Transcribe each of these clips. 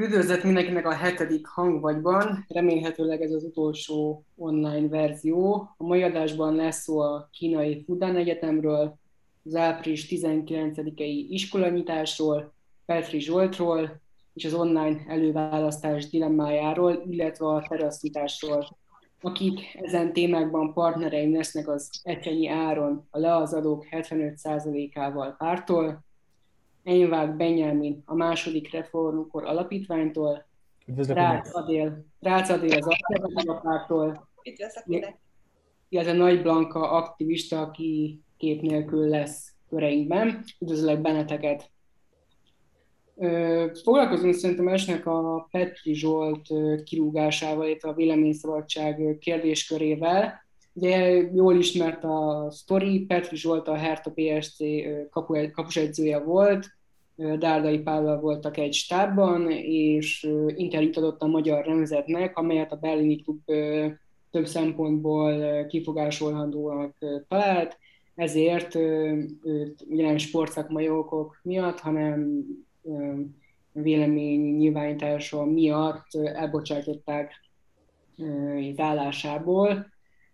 Üdvözlet mindenkinek a hetedik hangvagyban, remélhetőleg ez az utolsó online verzió. A mai adásban lesz szó a kínai Fudan Egyetemről, az április 19-i iskolanyitásról, Petri Zsoltról és az online előválasztás dilemmájáról, illetve a terasznyitásról. Akik ezen témákban partnereim lesznek, az Ecsenyi Áron, a Le az adók 75%-ával pártól, Enyvák Benyámin a második reformkor alapítványtól, Üdvözlök mindenkit! Rácz Adél az Alternatíva Pártól, Üdvözlök mindenkit! illetve Nagy Blanka aktivista, aki kép nélkül lesz köreinkben. Üdvözlök benneteket! Foglalkozunk szerintem esnek a Petri Zsolt kirúgásával, illetve a véleményszabadság kérdéskörével. Ugye jól ismert a sztori, Petri Zsolt a Hertha BSC kapusedzője volt, Dárdai Pállal voltak egy stábban, és interjút adott a Magyar Nemzetnek, amelyet a berlini klub több szempontból kifogásolhatónak talált, ezért őt ugye nem sportszakmai okok miatt, hanem vélemény nyilvánítása miatt elbocsátották az állásából.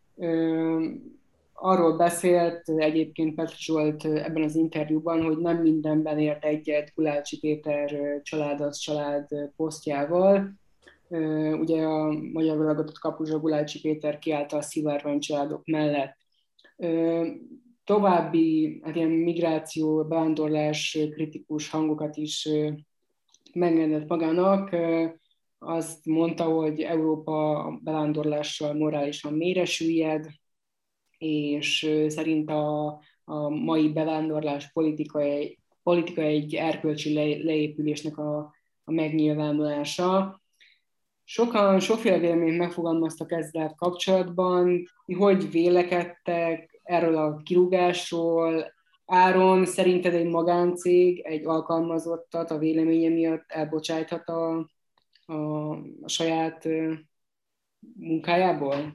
Arról beszélt egyébként Petri Zsolt ebben az interjúban, hogy nem mindenben ért egyet Gulácsi Péter család az család posztjával. Ugye a magyar válogatott kapus Gulácsi Péter kiállt a szivárvány családok mellett. További hát ilyen migráció, bevándorlás kritikus hangokat is megengedett magának. Azt mondta, hogy Európa bevándorlással morálisan mélyre süllyed, és szerint a mai bevándorlás politika egy erkölcsi leépülésnek a megnyilvánulása. Sokan sokféle véleményt megfogalmaztak ezzel kapcsolatban, hogy vélekedtek erről a kirúgásról. Áron, szerinted egy magáncég egy alkalmazottat a véleménye miatt elbocsájthat a saját munkájából?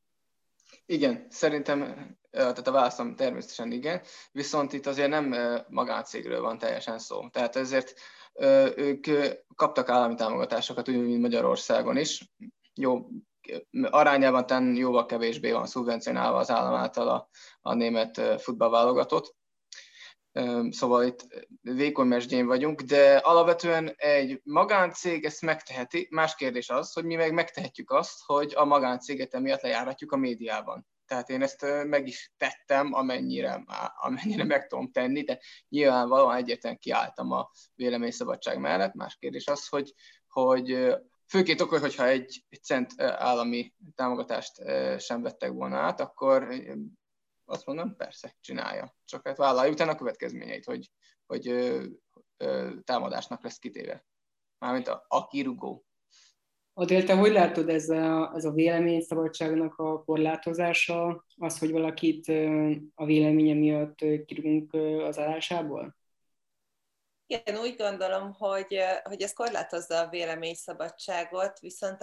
Igen, szerintem, tehát a válaszom természetesen igen, viszont itt azért nem magáncégről van teljesen szó. Tehát ezért ők kaptak állami támogatásokat, úgy, mint Magyarországon is. Jó, arányában talán jóval kevésbé van szubvencionálva az állam által a német futballválogatott. Szóval itt vékony mesdjén vagyunk, de alapvetően egy magáncég ezt megteheti. Más kérdés az, hogy mi meg megtehetjük azt, hogy a magáncéget emiatt lejáratjuk a médiában. Tehát én ezt meg is tettem, amennyire meg tudom tenni, de nyilvánvalóan egyértelműen kiálltam a véleményszabadság mellett. Más kérdés az, hogy főként akkor, hogyha egy cent állami támogatást sem vettek volna át, akkor azt mondom, persze, csinálja. Csak hát vállalja utána a következményeit, hogy támadásnak lesz kitéve. Mármint a kirúgó. Adél, te hogy látod ez a véleményszabadságnak a korlátozása, az, hogy valakit a véleménye miatt kirúgunk az állásából? Igen, úgy gondolom, hogy ez korlátozza a véleményszabadságot, viszont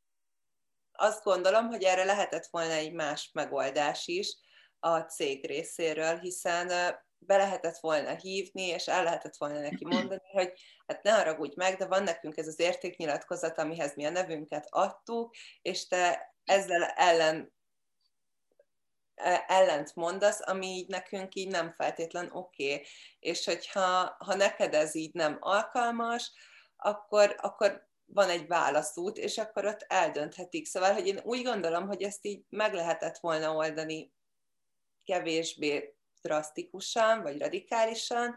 azt gondolom, hogy erre lehetett volna egy más megoldás is a cég részéről, hiszen be lehetett volna hívni, és el lehetett volna neki mondani, hogy hát ne haragudj meg, de van nekünk ez az értéknyilatkozat, amihez mi a nevünket adtuk, és te ezzel ellent mondasz, ami így nekünk így nem feltétlen oké. És hogyha neked ez így nem alkalmas, akkor van egy válaszút, és akkor ott eldönthetik. Szóval, hogy én úgy gondolom, hogy ezt így meg lehetett volna oldani kevésbé drasztikusan, vagy radikálisan,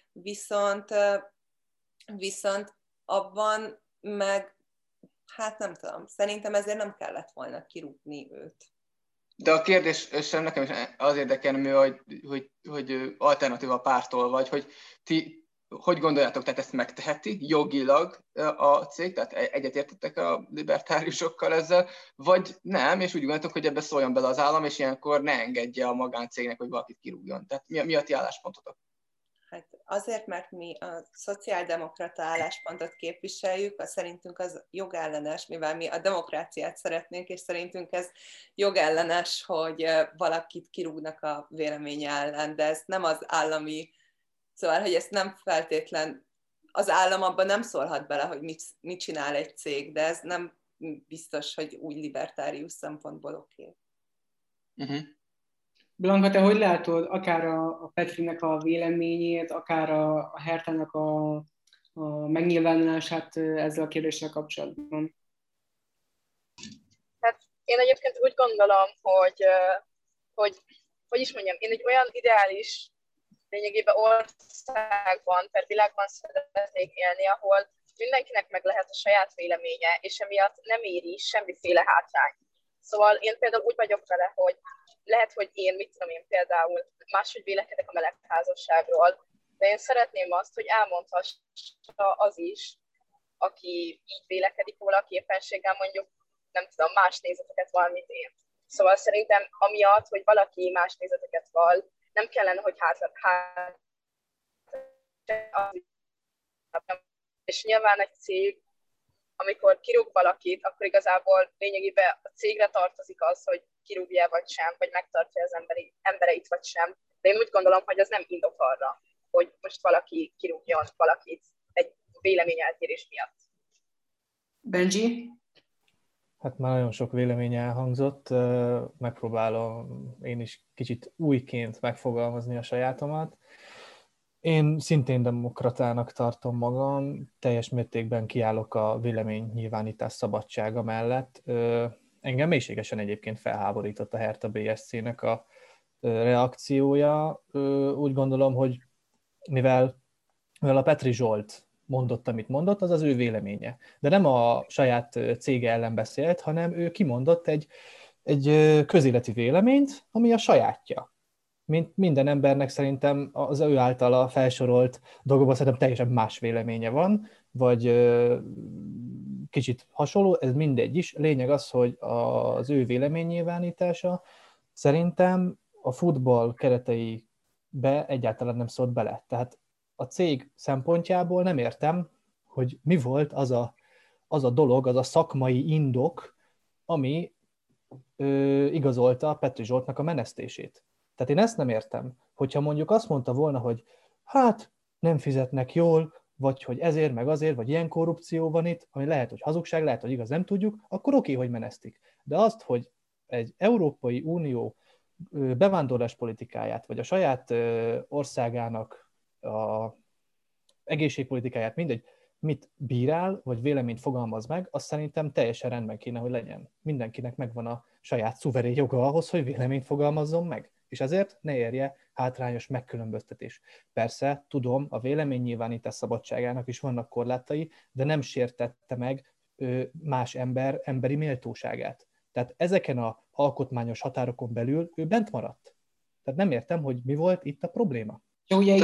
viszont abban meg, hát nem tudom, szerintem ezért nem kellett volna kirúgni őt. De a kérdés sem nekem is az érdekel, hogy alternatíva pártól vagy, hogy ti hogy gondoljátok, tehát ezt megteheti jogilag a cég, tehát egyetértettek a libertáriusokkal ezzel, vagy nem, és úgy gondoltok, hogy ebbe szóljon bele az állam, és ilyenkor ne engedje a magáncégnek, hogy valakit kirúgjon. Tehát mi a ti álláspontotok? Hát azért, mert mi a szociáldemokrata álláspontot képviseljük, szerintünk az jogellenes, mivel mi a demokráciát szeretnénk, és szerintünk ez jogellenes, hogy valakit kirúgnak a véleménye ellen, de ez nem az állami, szóval, hogy ezt nem feltétlen az állam abban nem szólhat bele, hogy mit csinál egy cég, de ez nem biztos, hogy úgy libertárius szempontból oké. Blanka, te hogy látod akár a Petrinek a véleményét, akár a Hertának a megnyilvánulását ezzel a kérdéssel kapcsolatban? Hát én egyébként úgy gondolom, hogy is mondjam, én egy olyan ideális lényegében országban, per világban szeretnék élni, ahol mindenkinek meg lehet a saját véleménye, és emiatt nem éri semmiféle hátrány. Szóval én például úgy vagyok vele, hogy lehet, hogy mit tudom én például máshogy vélekedek a melegházasságról, de én szeretném azt, hogy elmondhassa az is, aki így vélekedik róla, aki éppenséggel mondjuk, nem tudom, más nézeteket val, mint én. Szóval szerintem amiatt, hogy valaki más nézeteket val, nem kellene, hogy és nyilván egy cég, amikor kirúg valakit, akkor igazából lényegében a cégre tartozik az, hogy kirúgja vagy sem, vagy megtartja az embereit vagy sem. De én úgy gondolom, hogy az nem indok arra, hogy most valaki kirúgjon valakit egy véleményeltérés miatt. Benji? Hát már nagyon sok vélemény elhangzott, megpróbálom én is kicsit újként megfogalmazni a sajátomat. Én szintén demokratának tartom magam, teljes mértékben kiállok a véleménynyilvánítás szabadsága mellett. Engem mélységesen egyébként felháborított a Hertha BSC-nek a reakciója. Úgy gondolom, hogy mivel a Petri Zsolt mondott, amit mondott, az az ő véleménye. De nem a saját cége ellen beszélt, hanem ő kimondott egy közéleti véleményt, ami a sajátja. Mint minden embernek szerintem az ő általa felsorolt dolgokban szerintem teljesen más véleménye van, vagy kicsit hasonló, ez mindegy is. Lényeg az, hogy az ő véleménynyilvánítása szerintem a futball kereteibe egyáltalán nem szólt bele. Tehát a cég szempontjából nem értem, hogy mi volt az a dolog, az a szakmai indok, ami igazolta Petri Zsoltnak a menesztését. Tehát én ezt nem értem. Hogyha mondjuk azt mondta volna, hogy hát nem fizetnek jól, vagy hogy ezért, meg azért, vagy ilyen korrupció van itt, ami lehet, hogy hazugság, lehet, hogy igaz, nem tudjuk, akkor oké, hogy menesztik. De azt, hogy egy Európai Unió bevándorláspolitikáját, vagy a saját országának a egészségpolitikáját, mindegy, mit bírál, vagy véleményt fogalmaz meg, azt szerintem teljesen rendben kéne, hogy legyen. Mindenkinek megvan a saját szuverén joga ahhoz, hogy véleményt fogalmazzon meg. És ezért ne érje hátrányos megkülönböztetés. Persze, tudom, a véleménynyilvánítás szabadságának is vannak korlátai, de nem sértette meg más ember emberi méltóságát. Tehát ezeken az alkotmányos határokon belül ő bent maradt. Tehát nem értem, hogy mi volt itt a probléma. Jó, ugye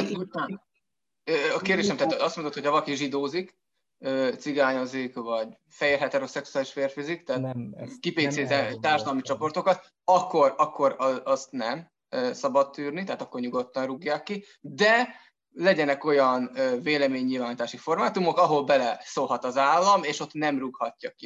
a kérdésem, tehát azt mondod, hogy ha valaki zsidózik, cigányozik, vagy fehér heteroszexuális férfizik, tehát kipécézze társadalmi csoportokat, akkor azt nem szabad tűrni, tehát akkor nyugodtan rúgják ki, de legyenek olyan véleménynyilvánítási formátumok, ahol bele szólhat az állam, és ott nem rúghatja ki.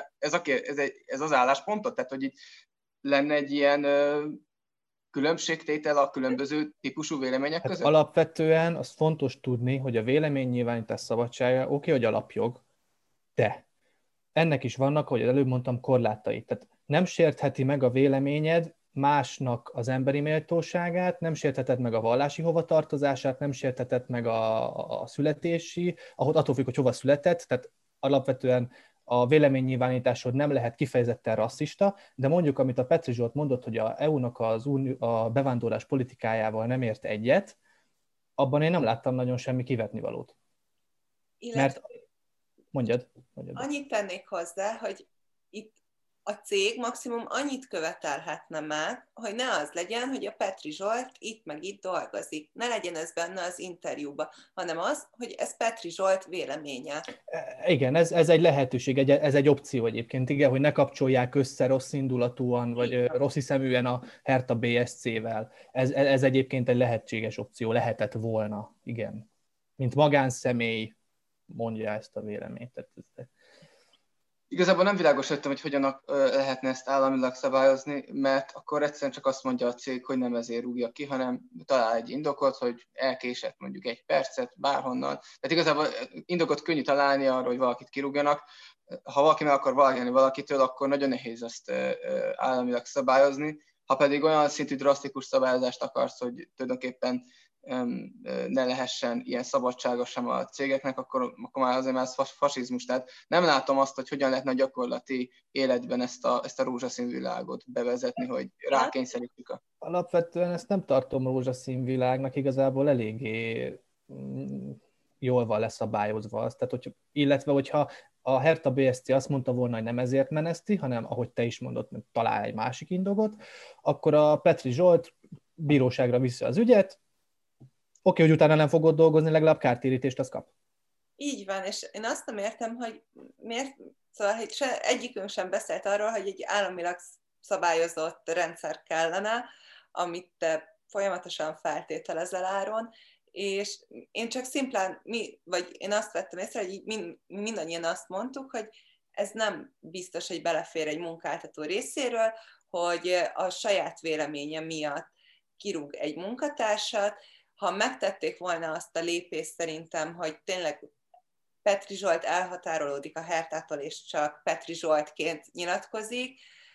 Ez az álláspontot? Tehát, hogy itt lenne egy ilyen különbségtétel a különböző típusú vélemények között? Alapvetően az fontos tudni, hogy a véleménynyilvánítás szabadsága oké, hogy alapjog, de ennek is vannak, ahogy előbb mondtam, korlátai. Tehát nem sértheti meg a véleményed másnak az emberi méltóságát, nem sértheted meg a vallási hovatartozását, nem sértheted meg a születési, attól függ, hogy hova született, tehát alapvetően a véleménynyilvánításod nem lehet kifejezetten rasszista, de mondjuk, amit a Petri Zsolt mondott, hogy a EU-nak a bevándorlás politikájával nem ért egyet, abban én nem láttam nagyon semmi kivetnivalót. Mert mondjad. Annyit tennék hozzá, hogy itt a cég maximum annyit követelhetne meg, hogy ne az legyen, hogy a Petri Zsolt itt meg itt dolgozik. Ne legyen ez benne az interjúban, hanem az, hogy ez Petri Zsolt véleménye. Igen, ez egy lehetőség, ez egy opció egyébként, igen, hogy ne kapcsolják össze rossz indulatúan, vagy rossz hiszeműen a Hertha BSC-vel. Ez egyébként egy lehetséges opció, lehetett volna, igen. Mint magánszemély mondja ezt a véleményt. Igazából nem világos öttem, hogy hogyan lehetne ezt államilag szabályozni, mert akkor egyszerűen csak azt mondja a cég, hogy nem ezért rúgja ki, hanem talál egy indokot, hogy elkésett mondjuk 1 percet bárhonnan. Tehát igazából indokot könnyű találni arra, hogy valakit kirúgjanak. Ha valaki meg akar vágni valakitől, akkor nagyon nehéz ezt államilag szabályozni. Ha pedig olyan szintű drasztikus szabályozást akarsz, hogy tulajdonképpen ne lehessen ilyen szabadsága sem a cégeknek, akkor már azért már ez fasizmus. Tehát nem látom azt, hogy hogyan lehetne a gyakorlati életben ezt a rózsaszín világot bevezetni, hogy rákényszerítjük a... Alapvetően ezt nem tartom rózsaszín világnak, igazából eléggé jól van leszabályozva az. Tehát, illetve, hogyha a Hertha BSC azt mondta volna, hogy nem ezért meneszti, hanem ahogy te is mondod, talál egy másik indogot, akkor a Petri Zsolt bíróságra viszi az ügyet, oké, hogy utána nem fogod dolgozni, legalább kártérítést az kap. Így van, és én azt nem értem, hogy miért, szóval hogy egyikünk sem beszélt arról, hogy egy államilag szabályozott rendszer kellene, amit te folyamatosan feltételezel áron, és én csak szimplán, vagy én azt vettem észre, hogy mindannyian azt mondtuk, hogy ez nem biztos, hogy belefér egy munkáltató részéről, hogy a saját véleménye miatt kirúg egy munkatársat. Ha megtették volna azt a lépést szerintem, hogy tényleg Petri Zsolt elhatárolódik a Hertától, és csak Petri Zsoltként nyilatkozik,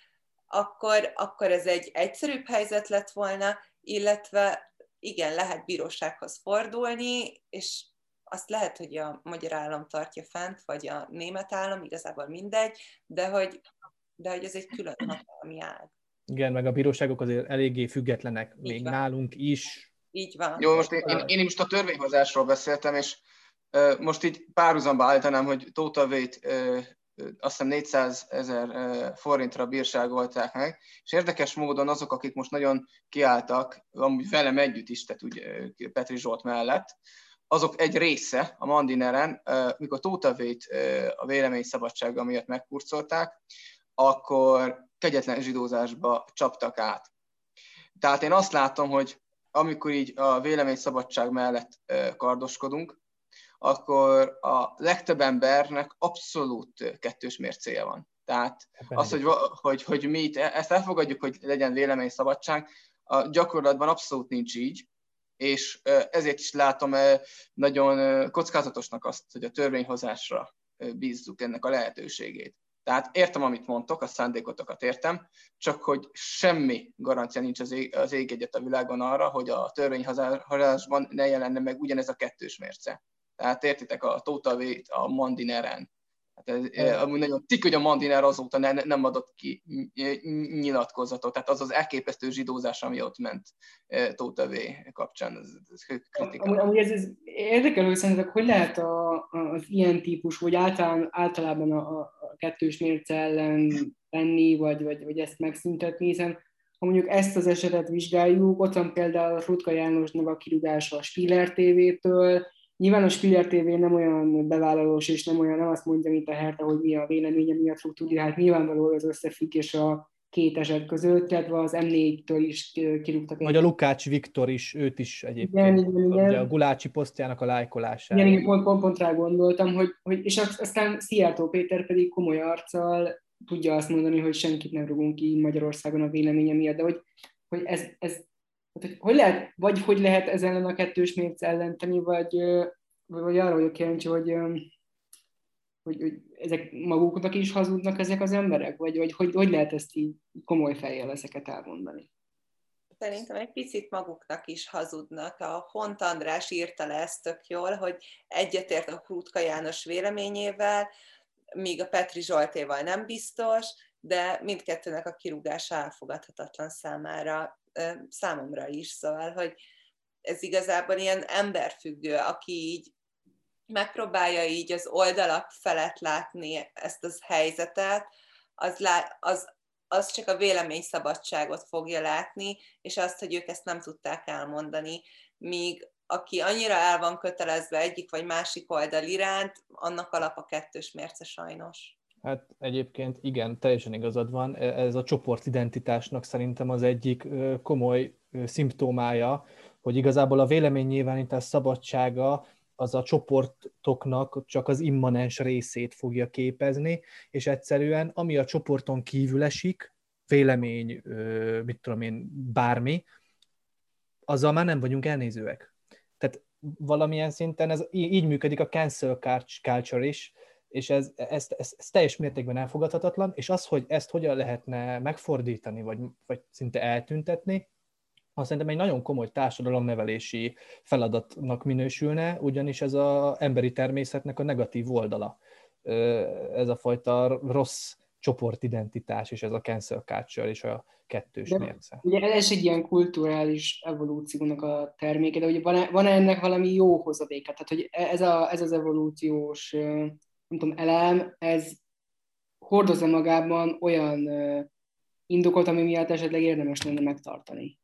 akkor ez egy egyszerűbb helyzet lett volna, illetve igen, lehet bírósághoz fordulni, és azt lehet, hogy a magyar állam tartja fent, vagy a német állam, igazából mindegy, de hogy ez egy külön hatalmi ág. Igen, meg a bíróságok azért eléggé függetlenek, Így még van. Nálunk is. Így van. Jó, most én most a törvényhozásról beszéltem, és most így párhuzamba állítanám, hogy Tóth Avét azt hiszem 400 000 forintra bírságolták meg, és érdekes módon azok, akik most nagyon kiálltak, amúgy velem együtt is, tehát úgy Petri Zsolt mellett, azok egy része a Mandineren, mikor Tóth Avét a véleményszabadsága miatt megkurcolták, akkor kegyetlen zsidózásba csaptak át. Tehát én azt látom, hogy amikor így a véleményszabadság mellett kardoskodunk, akkor a legtöbb embernek abszolút kettős mércéje van. Tehát az, hogy mi itt ezt elfogadjuk, hogy legyen véleményszabadság, a gyakorlatban abszolút nincs így, és ezért is látom nagyon kockázatosnak azt, hogy a törvényhozásra bízzuk ennek a lehetőségét. Tehát értem, amit mondtok, a szándékotokat értem, csak hogy semmi garancia nincs az ég egyet a világon arra, hogy a törvényhozásban ne jelenne meg ugyanez a kettős mérce. Tehát értitek, a Tóth Avét a Mandineren. Hát amúgy nagyon cikk, hogy a Mandiner azóta nem adott ki nyilatkozatot. Tehát az elképesztő zsidózás, ami ott ment Tóth Avé kapcsán, ez kritikál. Amúgy ez érdekel, hogy szerintetek, hogy lehet az ilyen típus, vagy általában a kettős mérce ellen tenni, vagy ezt megszüntetni, hiszen ha mondjuk ezt az esetet vizsgáljuk, ott van például Rutka Jánosnak a kirúgása a Spiller TV-től. Nyilván a Spiller TV nem olyan bevállalós, és nem azt mondja, mint a Hertha, hogy mi a véleménye, miatt fog tudni, hát nyilvánvaló az összefüggés a két eset között, illetve az M4-től is kirúgtak. Vagy a Lukács Viktor is, őt is egyébként. Igen. Ugye a Gulácsi posztjának a lájkolására. Igen, pont rá gondoltam, hogy és aztán Szijjártó Péter pedig komoly arccal tudja azt mondani, hogy senkit nem rugunk ki Magyarországon a véleménye miatt, de hogy ez hogy lehet, vagy hogy lehet ez ellen a kettős mérce ellen tenni, vagy arra vagyok kíváncsi, hogy ezek maguknak is hazudnak ezek az emberek, vagy hogy lehet ezt így komoly fejjel ezeket elmondani? Szerintem egy picit maguknak is hazudnak. A Hont András írta le ezt tök jól, hogy egyetért a Rutka János véleményével, míg a Petri Zsoltéval nem biztos, de mindkettőnek a kirúgása elfogadhatatlan számomra is. Szóval, hogy ez igazából ilyen emberfüggő, aki így megpróbálja így az oldalak felett látni ezt az helyzetet, az csak a véleményszabadságot fogja látni, és azt, hogy ők ezt nem tudták elmondani, míg aki annyira el van kötelezve egyik vagy másik oldal iránt, annak alap a kettős mérce sajnos. Hát egyébként igen, teljesen igazad van. Ez a csoportidentitásnak szerintem az egyik komoly szimptomája, hogy igazából a véleménynyilvánítás szabadsága az a csoportoknak csak az immanens részét fogja képezni, és egyszerűen ami a csoporton kívül esik, vélemény, mit tudom én, bármi, azzal már nem vagyunk elnézőek. Tehát valamilyen szinten ez így működik a cancel culture is, és ez teljes mértékben elfogadhatatlan, és az, hogy ezt hogyan lehetne megfordítani, vagy szinte eltüntetni, azt szerintem egy nagyon komoly társadalomnevelési feladatnak minősülne, ugyanis ez az emberi természetnek a negatív oldala. Ez a fajta rossz csoportidentitás, és ez a cancel culture és a kettős mérce. Ugye ez egy ilyen kulturális evolúciónak a terméke, de ugye van-e ennek valami jó hozadéka? Tehát, hogy ez az evolúciós, nem tudom, elem, ez hordozza magában olyan indokot, ami miatt esetleg érdemes lenne megtartani?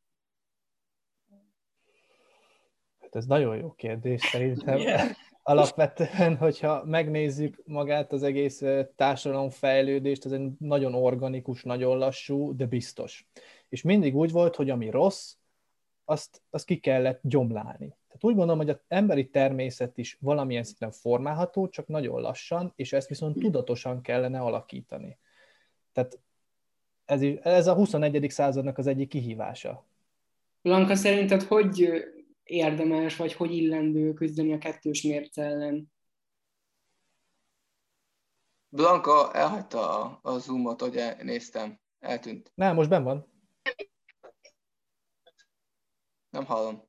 Hát ez nagyon jó kérdés szerintem. Alapvetően, hogyha megnézzük magát az egész társadalomfejlődést, ez egy nagyon organikus, nagyon lassú, de biztos. És mindig úgy volt, hogy ami rossz, azt ki kellett gyomlálni. Tehát úgy gondolom, hogy az emberi természet is valamilyen szinten formálható, csak nagyon lassan, és ezt viszont tudatosan kellene alakítani. Tehát ez a 21. századnak az egyik kihívása. Blanka, szerinted hogy érdemes, vagy hogy illendő küzdeni a kettős mérce ellen? Blanka elhagyta a Zoom-ot, hogy néztem. Eltűnt. Nem, most benn van. Nem hallom.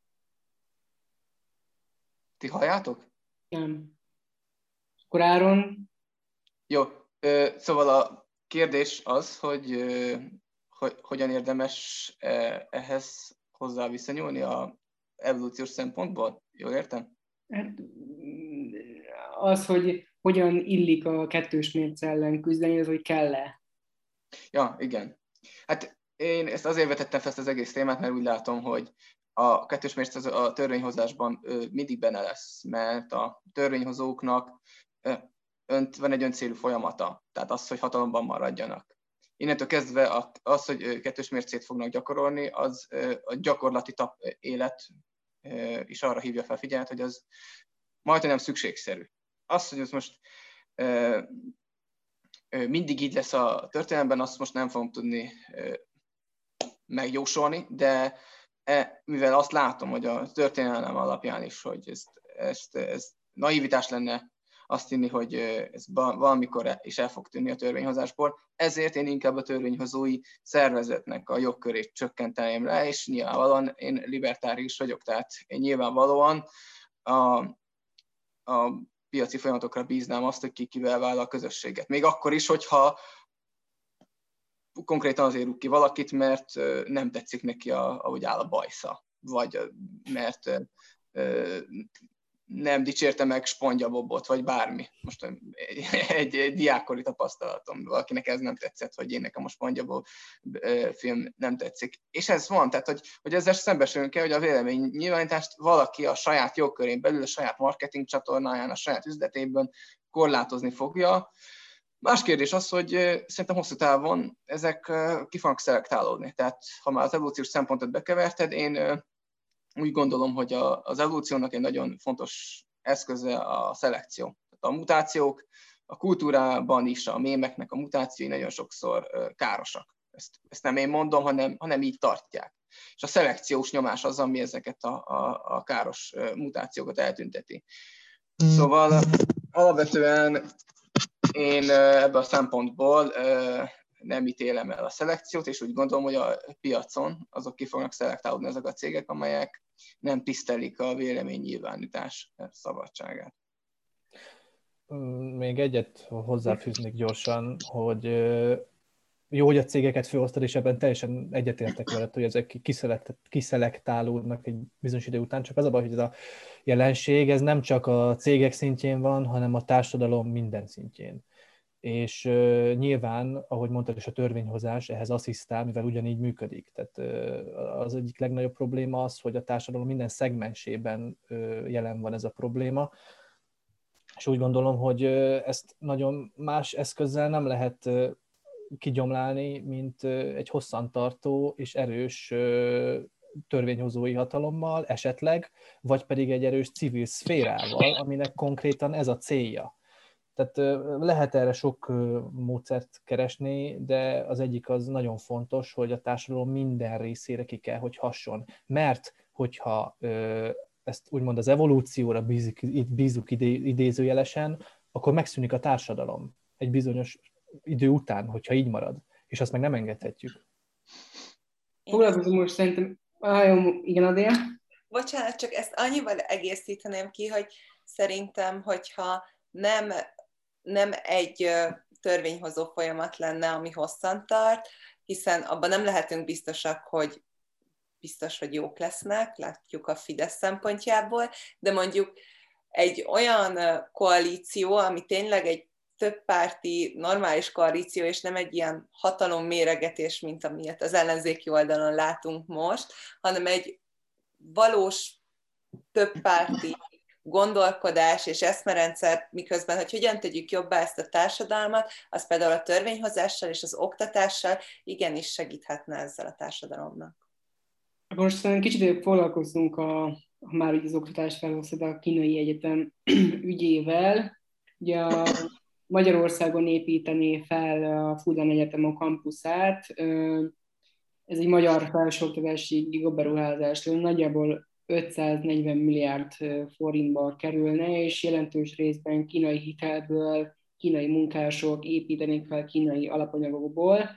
Ti halljátok? Nem. Akkor Áron? Jó. Szóval a kérdés az, hogy hogyan érdemes ehhez hozzá viszonyulni a evolúciós szempontból? Jól értem? Hát, az, hogy hogyan illik a kettős mérce ellen küzdeni, az, hogy kell-e? Ja, igen. Hát én ezt azért vetettem fel ezt az egész témát, mert úgy látom, hogy a kettős mérce a törvényhozásban mindig benne lesz, mert a törvényhozóknak van egy öncélú folyamata, tehát az, hogy hatalomban maradjanak. Innentől kezdve az, hogy kettős mércét fognak gyakorolni, az a gyakorlati élet is arra hívja fel figyelmet, hogy az majdnem nem szükségszerű. Az, hogy ez most mindig így lesz a történelemben, azt most nem fogom tudni megjósolni, de mivel azt látom, hogy a történelem alapján is, hogy ez naivitás lenne azt hinni, hogy ez valamikor is el fog tűnni a törvényhozásból, ezért én inkább a törvényhozói szervezetnek a jogkörét csökkenteném le, és nyilvánvalóan én libertárius vagyok, tehát én nyilvánvalóan a piaci folyamatokra bíznám azt, hogy ki kivel vállal a közösséget. Még akkor is, hogyha konkrétan azért rúg ki valakit, mert nem tetszik neki, ahogy áll a bajsza, vagy mert nem dicsérte meg Spongya Bobot, vagy bármi. Most egy diákkori tapasztalatom, valakinek ez nem tetszett, hogy én nekem a Spongya Bob film nem tetszik. És ez van, tehát hogy ezzel szembesülünk kell, hogy a vélemény nyilvánítást valaki a saját jogkörén belül, a saját marketing csatornáján, a saját üzletében korlátozni fogja. Más kérdés az, hogy szerintem hosszú távon ezek ki fognak szelektálódni. Tehát ha már az evolúciós szempontot bekeverted, én úgy gondolom, hogy az evolúciónak egy nagyon fontos eszköze a szelekció. Tehát a mutációk, a kultúrában is a mémeknek a mutációi nagyon sokszor károsak. Ezt nem én mondom, hanem így tartják. És a szelekciós nyomás az, ami ezeket a káros mutációkat eltünteti. Szóval alapvetően én ebből a szempontból nem ítélem el a szelekciót, és úgy gondolom, hogy a piacon azok ki fognak szelektálódni ezek a cégek, amelyek nem tisztelik a véleménynyilvánítás szabadságát. Még egyet hozzáfűznék gyorsan, hogy jó, hogy a cégeket főosztad, és ebben teljesen egyetértek veled, hogy ezek kiszelektálódnak egy bizonyos idő után, csak az a baj, hogy ez a jelenség, ez nem csak a cégek szintjén van, hanem a társadalom minden szintjén. És nyilván, ahogy mondtad, is a törvényhozás ehhez asszisztál, mivel ugyanígy működik. Tehát az egyik legnagyobb probléma az, hogy a társadalom minden szegmensében jelen van ez a probléma, és úgy gondolom, hogy ezt nagyon más eszközzel nem lehet kigyomlálni, mint egy hosszantartó és erős törvényhozói hatalommal esetleg, vagy pedig egy erős civil szférával, aminek konkrétan ez a célja. Tehát lehet erre sok módszert keresni, de az egyik az nagyon fontos, hogy a társadalom minden részére ki kell, hogy hasson. Mert hogyha ezt úgymond az evolúcióra bízunk idézőjelesen, akkor megszűnik a társadalom egy bizonyos idő után, hogyha így marad. És azt meg nem engedhetjük. Foglalkozom most szerintem... Jó, igen, Adél? Bocsánat, csak ezt annyival egészíteném ki, hogy szerintem, hogyha nem egy törvényhozó folyamat lenne, ami hosszan tart, hiszen abban nem lehetünk biztosak, hogy jók lesznek, látjuk a Fidesz szempontjából, de mondjuk egy olyan koalíció, ami tényleg egy többpárti normális koalíció, és nem egy ilyen hatalomméregetés, mint amilyet az ellenzéki oldalon látunk most, hanem egy valós többpárti gondolkodás és eszmerendszer, miközben, hogy hogyan tegyük jobbá ezt a társadalmat, az például a törvényhozással és az oktatással igenis segíthetne ezzel a társadalomnak. Most szerintem kicsit foglalkozzunk már így az oktatás felhoztad a kínai egyetem ügyével. Ugye Magyarországon építené fel a Fudan Egyetem a kampuszát. Ez egy magyar felsőoktatási gigaberuházás, nagyjából 540 milliárd forintba kerülne, és jelentős részben kínai hitelből, kínai munkások építenék fel kínai alapanyagokból.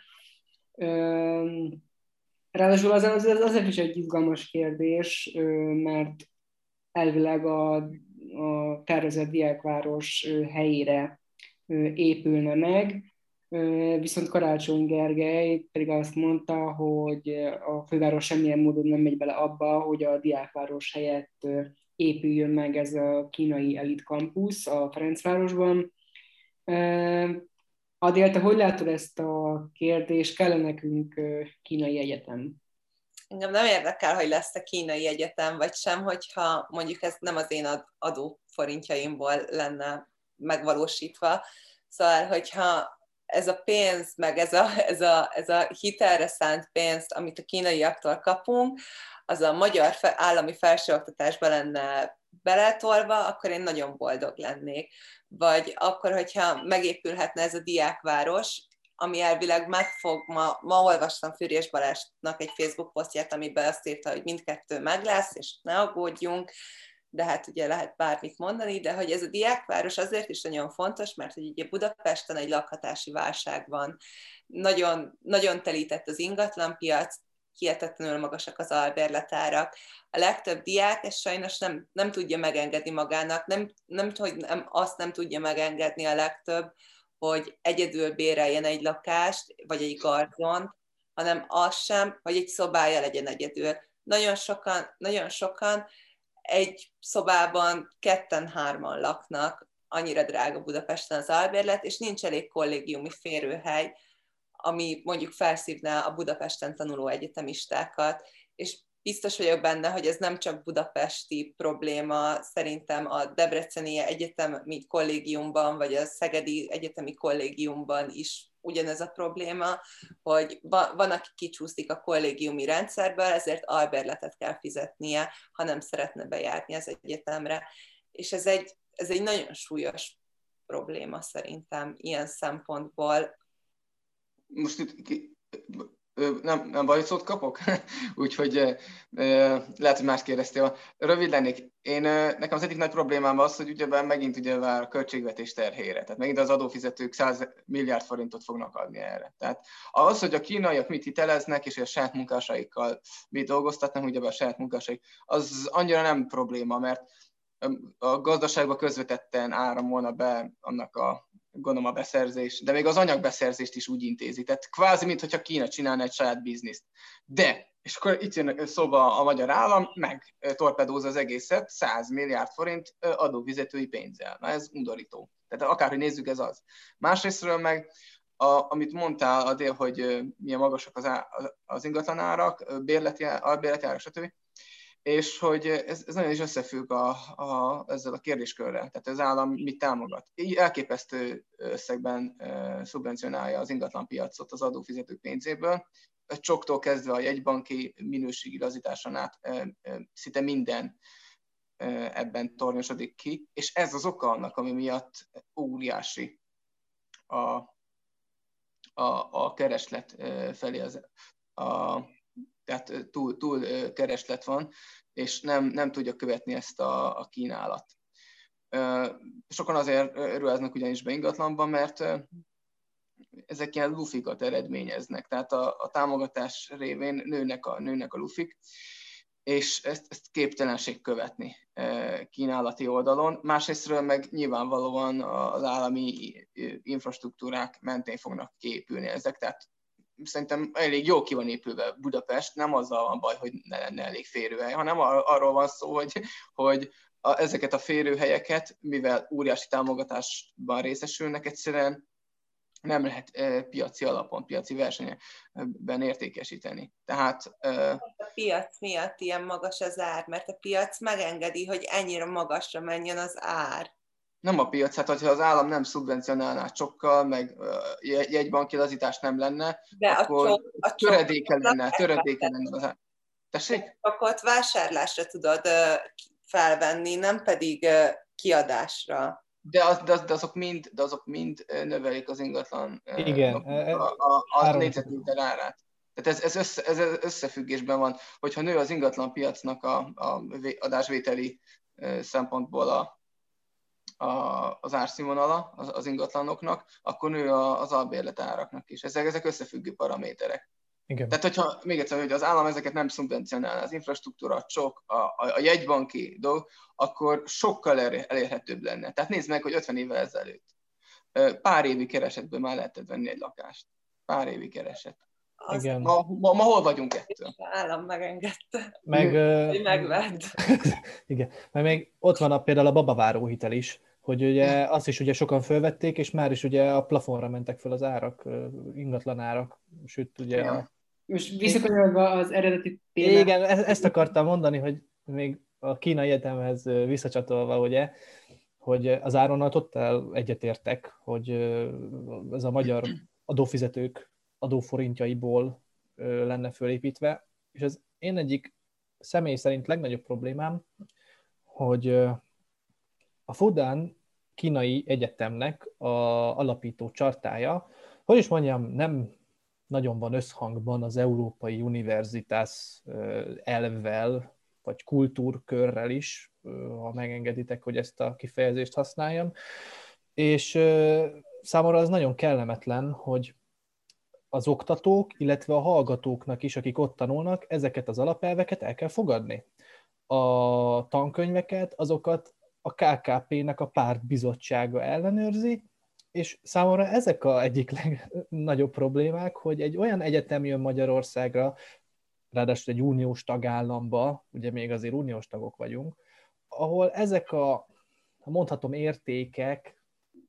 Ráadásul azért is egy izgalmas kérdés, mert elvileg a tervezett diákváros helyére épülne meg, viszont Karácsony Gergely pedig azt mondta, hogy a főváros semmilyen módon nem megy bele abba, hogy a diákváros helyett épüljön meg ez a kínai elit campus a Ferencvárosban. Adél, te hogy látod ezt a kérdést? Kell nekünk kínai egyetem? Engem nem érdekel, hogy lesz-e kínai egyetem, vagy sem, hogyha mondjuk ez nem az én adóforintjaimból lenne megvalósítva. Szóval, hogyha ez a pénz, meg ez a hitelre szánt pénzt, amit a kínaiaktól kapunk, az a magyar állami felsőoktatásba lenne beletolva, akkor én nagyon boldog lennék. Vagy akkor, hogyha megépülhetne ez a diákváros, ami elvileg ma olvastam Füriyes Balázsnak egy Facebook posztját, amiben azt írta, hogy mindkettő meg lesz, és ne aggódjunk, de hát ugye lehet bármit mondani, de hogy ez a diákváros azért is nagyon fontos, mert hogy ugye Budapesten egy lakhatási válság van, nagyon, nagyon telített az ingatlanpiac, hihetetlenül magasak az albérletárak. A legtöbb diák ezt sajnos nem tudja megengedni magának, azt nem tudja megengedni a legtöbb, hogy egyedül béreljen egy lakást, vagy egy garzont, hanem az sem, hogy egy szobája legyen egyedül. Nagyon sokan egy szobában 2-3 laknak, annyira drága Budapesten az albérlet, és nincs elég kollégiumi férőhely, ami mondjuk felszívná a Budapesten tanuló egyetemistákat, és biztos vagyok benne, hogy ez nem csak budapesti probléma, szerintem a Debreceni Egyetemi Kollégiumban, vagy a Szegedi Egyetemi Kollégiumban is ugyanez a probléma, hogy van, aki kicsúszik a kollégiumi rendszerből, ezért albérletet kell fizetnie, ha nem szeretne bejárni az egyetemre. És ez egy nagyon súlyos probléma szerintem ilyen szempontból. Most itt nem baj, hogy szót kapok? Úgyhogy lehet, hogy más kérdeztél. Rövid lennék. Nekem az egyik nagy problémám az, hogy ugyebben megint a költségvetés terhére. Tehát megint az adófizetők 100 milliárd forintot fognak adni erre. Tehát az, hogy a kínaiak mit hiteleznek, és a saját munkásaikkal mit dolgoztatnak, ugyebben a saját munkásaik, az annyira nem probléma, mert a gazdaságba közvetetten áramolna be annak gondolom a beszerzés, de még az anyagbeszerzést is úgy intézi. Tehát kvázi, mintha Kína csinálna egy saját bizniszt. De, és akkor itt jön szóba a magyar állam, meg torpedózza az egészet 100 milliárd forint adófizetői pénzzel. Na ez undorító. Tehát akárhogy nézzük, ez az. Másrésztről meg, amit mondtál, Adél, hogy milyen magasak az ingatlanárak, albérleti árak, stb., és hogy ez nagyon is összefügg ezzel a kérdéskörrel. Tehát az állam mit támogat. Így elképesztő összegben szubvencionálja az ingatlanpiacot az adófizetők pénzéből. csoktól kezdve a jegybanki minőségigazításon át szinte minden ebben tornyosodik ki, és ez az oka annak, ami miatt óriási a kereslet felé, tehát túl kereslet van, és nem tudja követni ezt a kínálat. Sokan azért ruháznak ugyanis be ingatlanban, mert ezek ilyen lufikat eredményeznek, tehát a támogatás révén nőnek a lufik, és ezt képtelenség követni kínálati oldalon. Másrésztről meg nyilvánvalóan az állami infrastruktúrák mentén fognak kiépülni ezek, tehát szerintem elég jól ki van épülve Budapest, nem azzal van baj, hogy ne lenne elég férőhely, hanem arról van szó, hogy ezeket a férőhelyeket, mivel óriási támogatásban részesülnek, egyszerűen nem lehet piaci alapon, piaci versenyben értékesíteni. Tehát a piac miatt ilyen magas az ár, mert a piac megengedi, hogy ennyire magasra menjen az ár. Nem a piac, hát hogyha az állam nem szubvencionálná csokkal, meg jegybanki nem lenne, de akkor a töredéke lenne az ár. Tessék? Akkor ott vásárlásra tudod felvenni, nem pedig kiadásra. De azok mind növelik az ingatlan a négyzetméter árát. Tehát ez összefüggésben van, hogyha nő az ingatlan piacnak a adásvételi szempontból az árszínvonala az ingatlanoknak, akkor nő az albérlet áraknak is. Ezek összefüggő paraméterek. Igen. Tehát, hogyha még egyszer, hogy az állam ezeket nem szubvencionálná, az infrastruktúra, a csok, a jegybanki dolg, akkor sokkal elérhetőbb lenne. Tehát nézd meg, hogy 50 évvel ezelőtt pár évi keresetből már lehetett venni egy lakást. Pár évi kereset. Igen. Ma hol vagyunk ettől? Az állam megengedte, hogy megvedd. Igen, mert még ott van például a babaváró hitel is, hogy ugye azt is ugye sokan fölvették, és már is ugye a plafonra mentek föl az árak, ingatlan árak, sőt ugye Most visszakanyarodva az eredeti témát. Igen, ezt akartam mondani, hogy még a Kínai Egyetemhez visszacsatolva, ugye, hogy az Áronaltottal egyetértek, hogy ez a magyar adófizetők adóforintjaiból lenne fölépítve, és az én egyik személy szerint legnagyobb problémám, hogy a Fudan Kínai Egyetemnek a alapító chartája, hogy is mondjam, nem nagyon van összhangban az európai univerzitás elvvel, vagy kultúrkörrel is, ha megengeditek, hogy ezt a kifejezést használjam. És számomra az nagyon kellemetlen, hogy az oktatók, illetve a hallgatóknak is, akik ott tanulnak, ezeket az alapelveket el kell fogadni. A tankönyveket, azokat a KKP-nek a pártbizottsága ellenőrzi, és számomra ezek az egyik legnagyobb problémák, hogy egy olyan egyetem jön Magyarországra, ráadásul egy uniós tagállamba, ugye még azért uniós tagok vagyunk, ahol ezek mondhatom, értékek,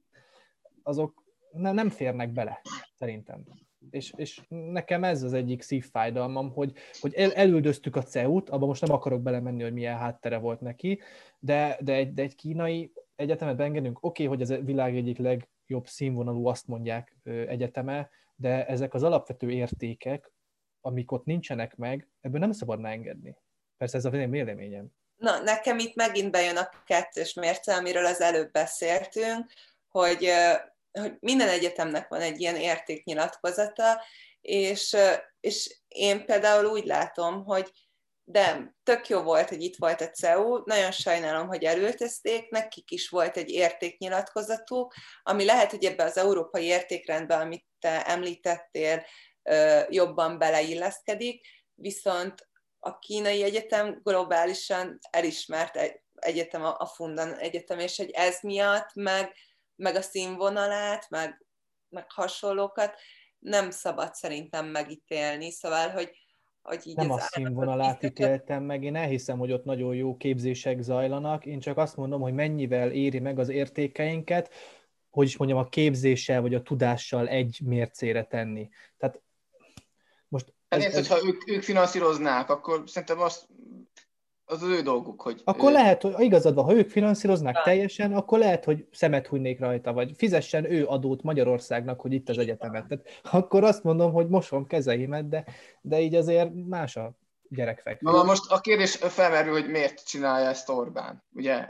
azok nem férnek bele, szerintem. És nekem ez az egyik szívfájdalmam, hogy elüldöztük a CEU-t, abban most nem akarok belemenni, hogy milyen háttere volt neki, de egy kínai egyetemet beengedünk, oké, hogy ez a világ egyik legjobb színvonalú, azt mondják, egyeteme, de ezek az alapvető értékek, amik ott nincsenek meg, ebből nem szabadna engedni. Persze ez a véleményem. Na, nekem itt megint bejön a kettős mérce, amiről az előbb beszéltünk, hogy minden egyetemnek van egy ilyen értéknyilatkozata, és én például úgy látom, hogy de tök jó volt, hogy itt volt a CEU, nagyon sajnálom, hogy elültözték, nekik is volt egy értéknyilatkozatuk, ami lehet, hogy ebbe az európai értékrendbe, amit te említettél, jobban beleilleszkedik, viszont a kínai egyetem globálisan elismert egyetem, a Fudan Egyetem, és hogy ez miatt, meg a színvonalát, meg hasonlókat nem szabad szerintem megítélni, szóval, hogy így nem a színvonalát ítéltem meg, én elhiszem, hogy ott nagyon jó képzések zajlanak, én csak azt mondom, hogy mennyivel éri meg az értékeinket, hogy is mondjam, a képzéssel vagy a tudással egy mércére tenni. Tehát most... hogyha ők finanszíroznák, akkor szerintem az ő dolguk, hogy... Akkor lehet, hogy igazad van, ha ők finanszíroznák teljesen, akkor lehet, hogy szemet hunynék rajta, vagy fizessen ő adót Magyarországnak, hogy itt az egyetemet. Tehát akkor azt mondom, hogy mosom kezeimet, de így azért más a gyerekfekvés. Na most a kérdés felmerül, hogy miért csinálja ezt Orbán. Ugye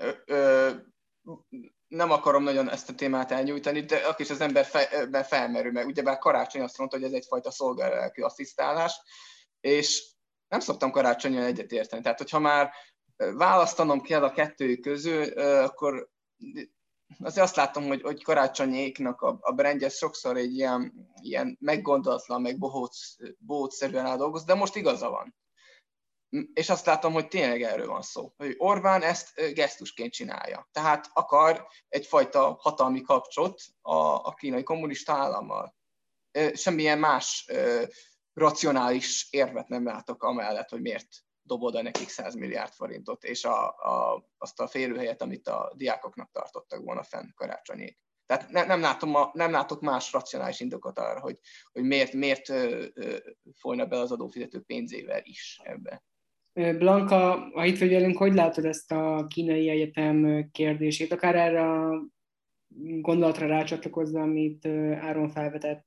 nem akarom nagyon ezt a témát elnyújtani, de akkor is az emberben felmerül, meg ugyebár Karácsony azt mondta, hogy ez egyfajta szolgálati asszisztálás, és nem szoktam Karácsonyon egyetérteni. Tehát, hogyha már választanom kell a kettő közül, akkor azért azt látom, hogy Karácsonyéknak a brandje sokszor egy ilyen meggondolatlan, meg bohócszerűen eldolgoz, de most igaza van. És azt látom, hogy tényleg erről van szó. Hogy Orbán ezt gesztusként csinálja. Tehát akar egyfajta hatalmi kapcsot a kínai kommunista állammal. Semmilyen más racionális érvet nem látok amellett, hogy miért dob oda nekik 100 milliárd forintot, és azt a férőhelyet, amit a diákoknak tartottak volna fenn Karácsonyék. Tehát nem látok más racionális indokot arra, hogy miért folyna be az adófizetők pénzével is ebbe. Blanka, ha itt vagy velünk, hogy látod ezt a kínai egyetem kérdését? Akár erre a gondolatra rácsatlakozva, amit Áron felvetett.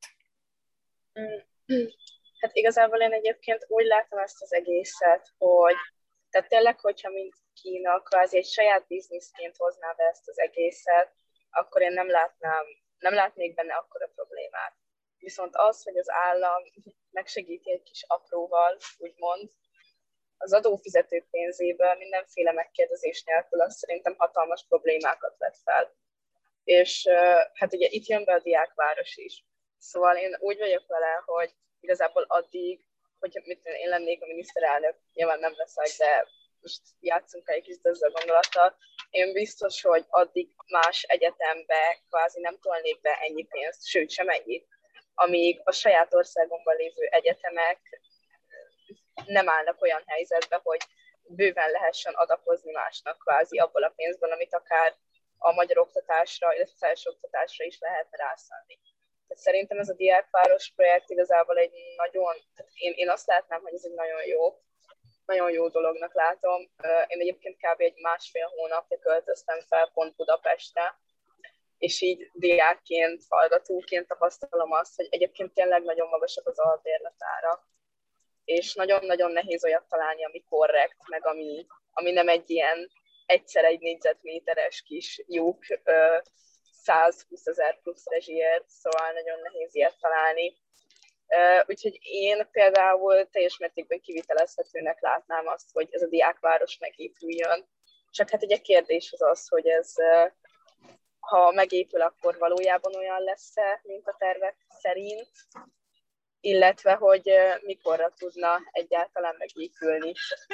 Hát igazából én egyébként úgy látom ezt az egészet, hogy tehát tényleg, hogyha mint Kína kvázi egy saját bizniszként hozná be ezt az egészet, akkor én nem látnék benne akkora problémát. Viszont az, hogy az állam megsegíti egy kis apróval, úgymond, az adófizetők pénzéből mindenféle megkérdezés nélkül, az szerintem hatalmas problémákat vet fel. És hát ugye itt jön be a diákváros is. Szóval én úgy vagyok vele, hogy igazából addig, hogy én lennék a miniszterelnök, nyilván nem leszek, de most játszunk egy kis ezzel gondolattal, én biztos, hogy addig más egyetembe kvázi nem tolnék be ennyi pénzt, sőt sem ennyit, amíg a saját országomban lévő egyetemek nem állnak olyan helyzetbe, hogy bőven lehessen adakozni másnak kvázi abból a pénzből, amit akár a magyar oktatásra, illetve felsőoktatásra is lehet rászállni. Tehát szerintem ez a diákváros projekt igazából egy nagyon, én azt látnám, hogy ez egy nagyon jó dolognak látom. Én egyébként kb. Egy 1,5 hónapja költöztem fel pont Budapestre, és így diákként, hallgatóként tapasztalom azt, hogy egyébként tényleg nagyon magasak az albérletárak, és nagyon-nagyon nehéz olyat találni, ami korrekt, meg ami nem egy ilyen egyszer egy négyzetméteres kis lyuk 120 000 plusz rezsiért, szóval nagyon nehéz ilyet találni. Úgyhogy én például teljes mértékben kivitelezhetőnek látnám azt, hogy ez a diákváros megépüljön. Csak hát egy kérdés az, hogy ez, ha megépül, akkor valójában olyan lesz-e, mint a tervek szerint, illetve hogy mikorra tudna egyáltalán megépülni.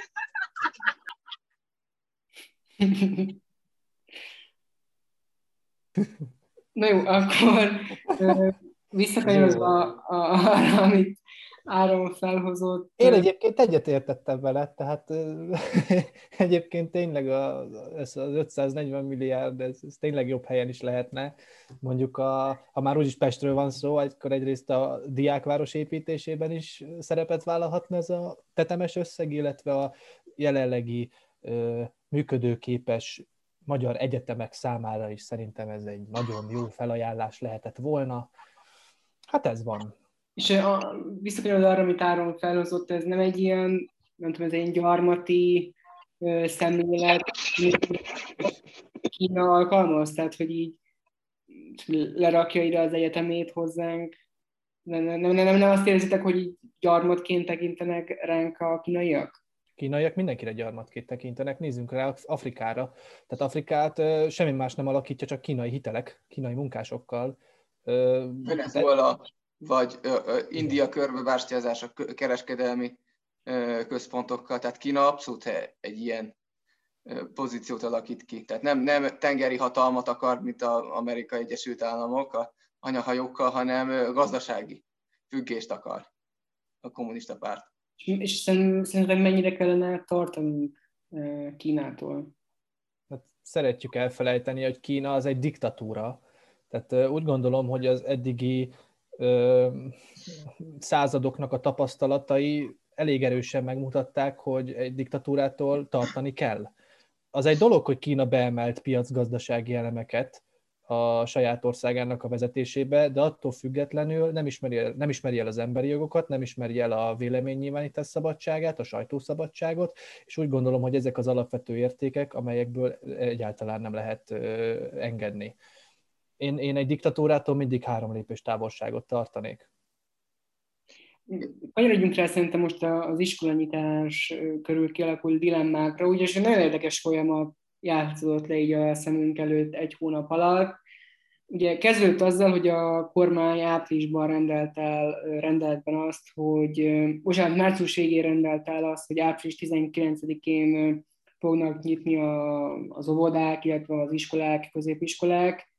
Na jó, akkor visszakanyarodva arra, amit Áron felhozott. Én egyébként egyetértettem vele, tehát egyébként tényleg ez az 540 milliárd, ez tényleg jobb helyen is lehetne. Mondjuk, ha már úgyis Pestről van szó, akkor egyrészt a diákváros építésében is szerepet vállalhatna ez a tetemes összeg, illetve a jelenlegi működőképes magyar egyetemek számára is szerintem ez egy nagyon jó felajánlás lehetett volna. Hát ez van. És visszakanyarodva arra, amit Áron felhozott, ez nem egy ilyen, nem tudom, ez egy gyarmati szemlélet, Kína alkalmaz, tehát hogy így lerakja ide az egyetemét hozzánk. Nem azt érzitek, hogy így gyarmatként tekintenek ránk a kínaiak? Kínaiak mindenkire gyarmatként tekintenek, nézzünk rá Afrikára. Tehát Afrikát semmi más nem alakítja, csak kínai hitelek, kínai munkásokkal. Venezuela vagy India körbebástyázása kereskedelmi központokkal, tehát Kína abszolút egy ilyen pozíciót alakít ki. Tehát nem tengeri hatalmat akar, mint az Amerikai Egyesült Államok a anyahajókkal, hanem gazdasági függést akar a kommunista párt. És szerintem mennyire kellene tartanunk Kínától? Hát szeretjük elfelejteni, hogy Kína az egy diktatúra. Tehát úgy gondolom, hogy az eddigi századoknak a tapasztalatai elég erősen megmutatták, hogy egy diktatúrától tartani kell. Az egy dolog, hogy Kína beemelt piacgazdasági elemeket a saját országának a vezetésébe, de attól függetlenül nem ismeri el az emberi jogokat, nem ismeri el a véleménynyilvánítás szabadságát, a sajtószabadságot, és úgy gondolom, hogy ezek az alapvető értékek, amelyekből egyáltalán nem lehet engedni. Én egy diktatúrától mindig 3 lépés távolságot tartanék. Kanyarodjunk rá szerintem most az iskolanyitás körül kialakult dilemmákra, ugyanis egy nagyon érdekes folyamat játszódott le így a szemünk előtt egy hónap alatt. Ugye kezdődött azzal, hogy a kormány áprilisban rendelt be azt, március végén rendelt el azt, hogy április 19-én fognak nyitni az óvodák, illetve az iskolák, középiskolák.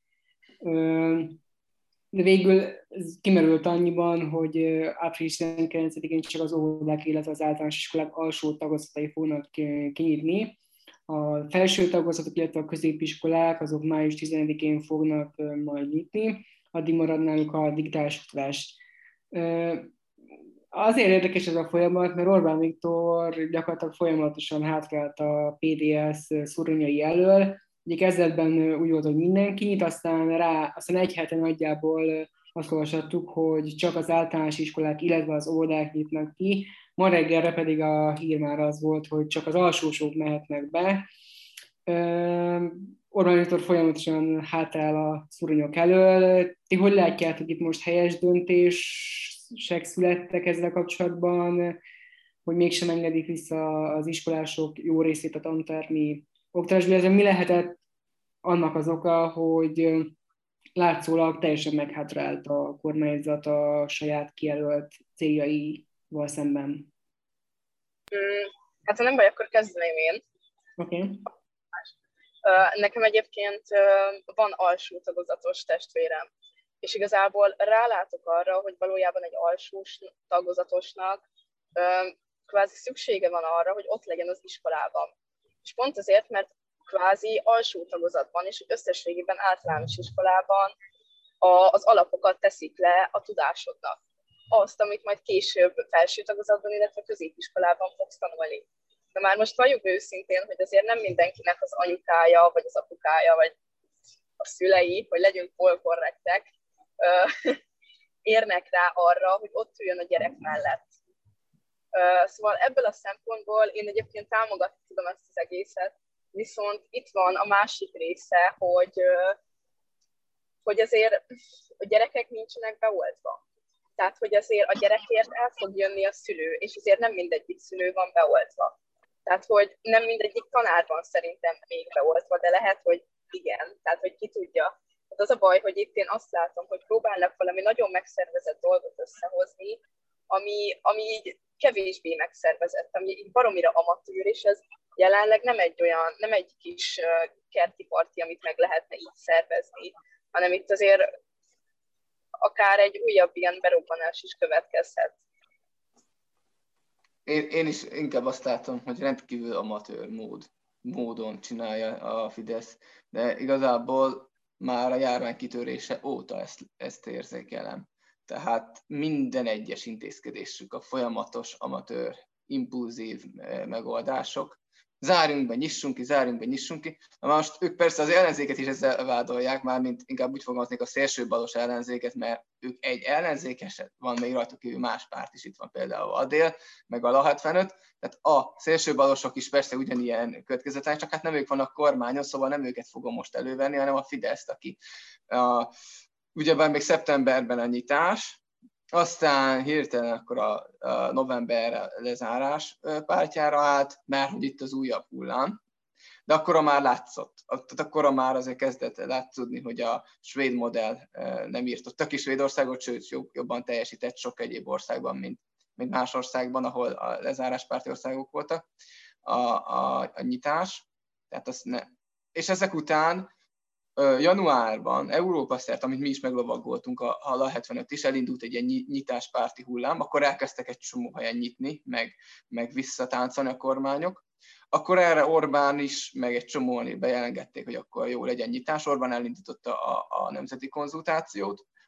De végül ez kimerült annyiban, hogy április 19-én csak az óvodák, illetve az általános iskolák alsó tagozatai fognak kinyitni. A felső tagozatok, illetve a középiskolák, azok május 11-én fognak majd nyitni, addig marad náluk a digitális oktatás. Azért érdekes ez a folyamat, mert Orbán Viktor gyakorlatilag folyamatosan hátrált a PDS szuronyai elől. Ugye kezdetben úgy volt, hogy mindenki nyit, aztán egy heten nagyjából azt olvashattuk, hogy csak az általános iskolák, illetve az óvodák nyitnak ki. Ma reggelre pedig a hír már az volt, hogy csak az alsósok mehetnek be. Orbán Viktor folyamatosan hátrál a szuronyok elől. Ti hogy látjátok, itt most helyes döntések születtek ezzel kapcsolatban, hogy mégsem engedik vissza az iskolások jó részét a tantermi oktatásban? Ez mi lehetett annak az oka, hogy látszólag teljesen meghátrált a kormányzat a saját kijelölt céljaival szemben? Hát ha nem baj, akkor kezdeném én. Okay. Nekem egyébként van alsó tagozatos testvérem, és igazából rálátok arra, hogy valójában egy alsós tagozatosnak kvázi szüksége van arra, hogy ott legyen az iskolában. És pont azért, mert kvázi alsó tagozatban és összességében általános iskolában az alapokat teszik le a tudásodnak. Azt, amit majd később felső tagozatban, illetve középiskolában fogsz tanulni. De már most valljuk őszintén, hogy azért nem mindenkinek az anyukája, vagy az apukája, vagy a szülei, hogy legyünk polkorrektek, érnek rá arra, hogy ott üljön a gyerek mellett. Szóval ebből a szempontból én egyébként támogatni tudom ezt az egészet, viszont itt van a másik része, hogy azért a gyerekek nincsenek beoltva. Tehát, hogy azért a gyerekért el fog jönni a szülő, és azért nem mindegyik szülő van beoltva. Tehát, hogy nem mindegyik tanár van szerintem még beoltva, de lehet, hogy igen. Tehát, hogy ki tudja. Hát az a baj, hogy itt én azt látom, hogy próbálnak valami nagyon megszervezett dolgot összehozni, ami így kevésbé megszervezett, ami így baromira amatőr, és ez jelenleg nem egy kis kerti parti, amit meg lehetne így szervezni, hanem itt azért akár egy újabb ilyen berobbanás is következhet. Én is inkább azt látom, hogy rendkívül amatőr módon csinálja a Fidesz, de igazából már a járvány kitörése óta ezt érzékelem. Tehát minden egyes intézkedésük a folyamatos, amatőr, impulzív megoldások. Zárjunk be, nyissunk ki. Na most ők persze az ellenzéket is ezzel vádolják, mármint inkább úgy fogalmaznék a szélsőbalos ellenzéket, mert ők egy ellenzékeset, van még rajtuk kívül más párt is, itt van például a Dél, meg a LA 75, tehát a szélsőbalosok is persze ugyanilyen következetlenek, csak hát nem ők vannak kormányon, szóval nem őket fogom most elővenni, hanem a Fideszt, aki ugyebár még szeptemberben a nyitás, aztán hirtelen akkor a november lezárás pártjára állt, mert hogy itt az újabb hullám. De akkora már látszott. Tehát akkora már azért kezdett látszódni, hogy a svéd modell nem írtottak ki Svédországot, sőt jobban teljesített sok egyéb országban, mint más országban, ahol a lezáráspárti országok voltak a nyitás. Tehát és ezek után januárban Európa szerte, amit mi is meglovagoltunk, a LA 75 is, elindult egy ilyen nyitáspárti hullám, akkor elkezdtek egy csomó helyen nyitni, meg visszatáncolni a kormányok. Akkor erre Orbán is, meg egy csomóan bejelentgették, hogy akkor jó legyen nyitás. Orbán elindította a nemzeti konzultációt,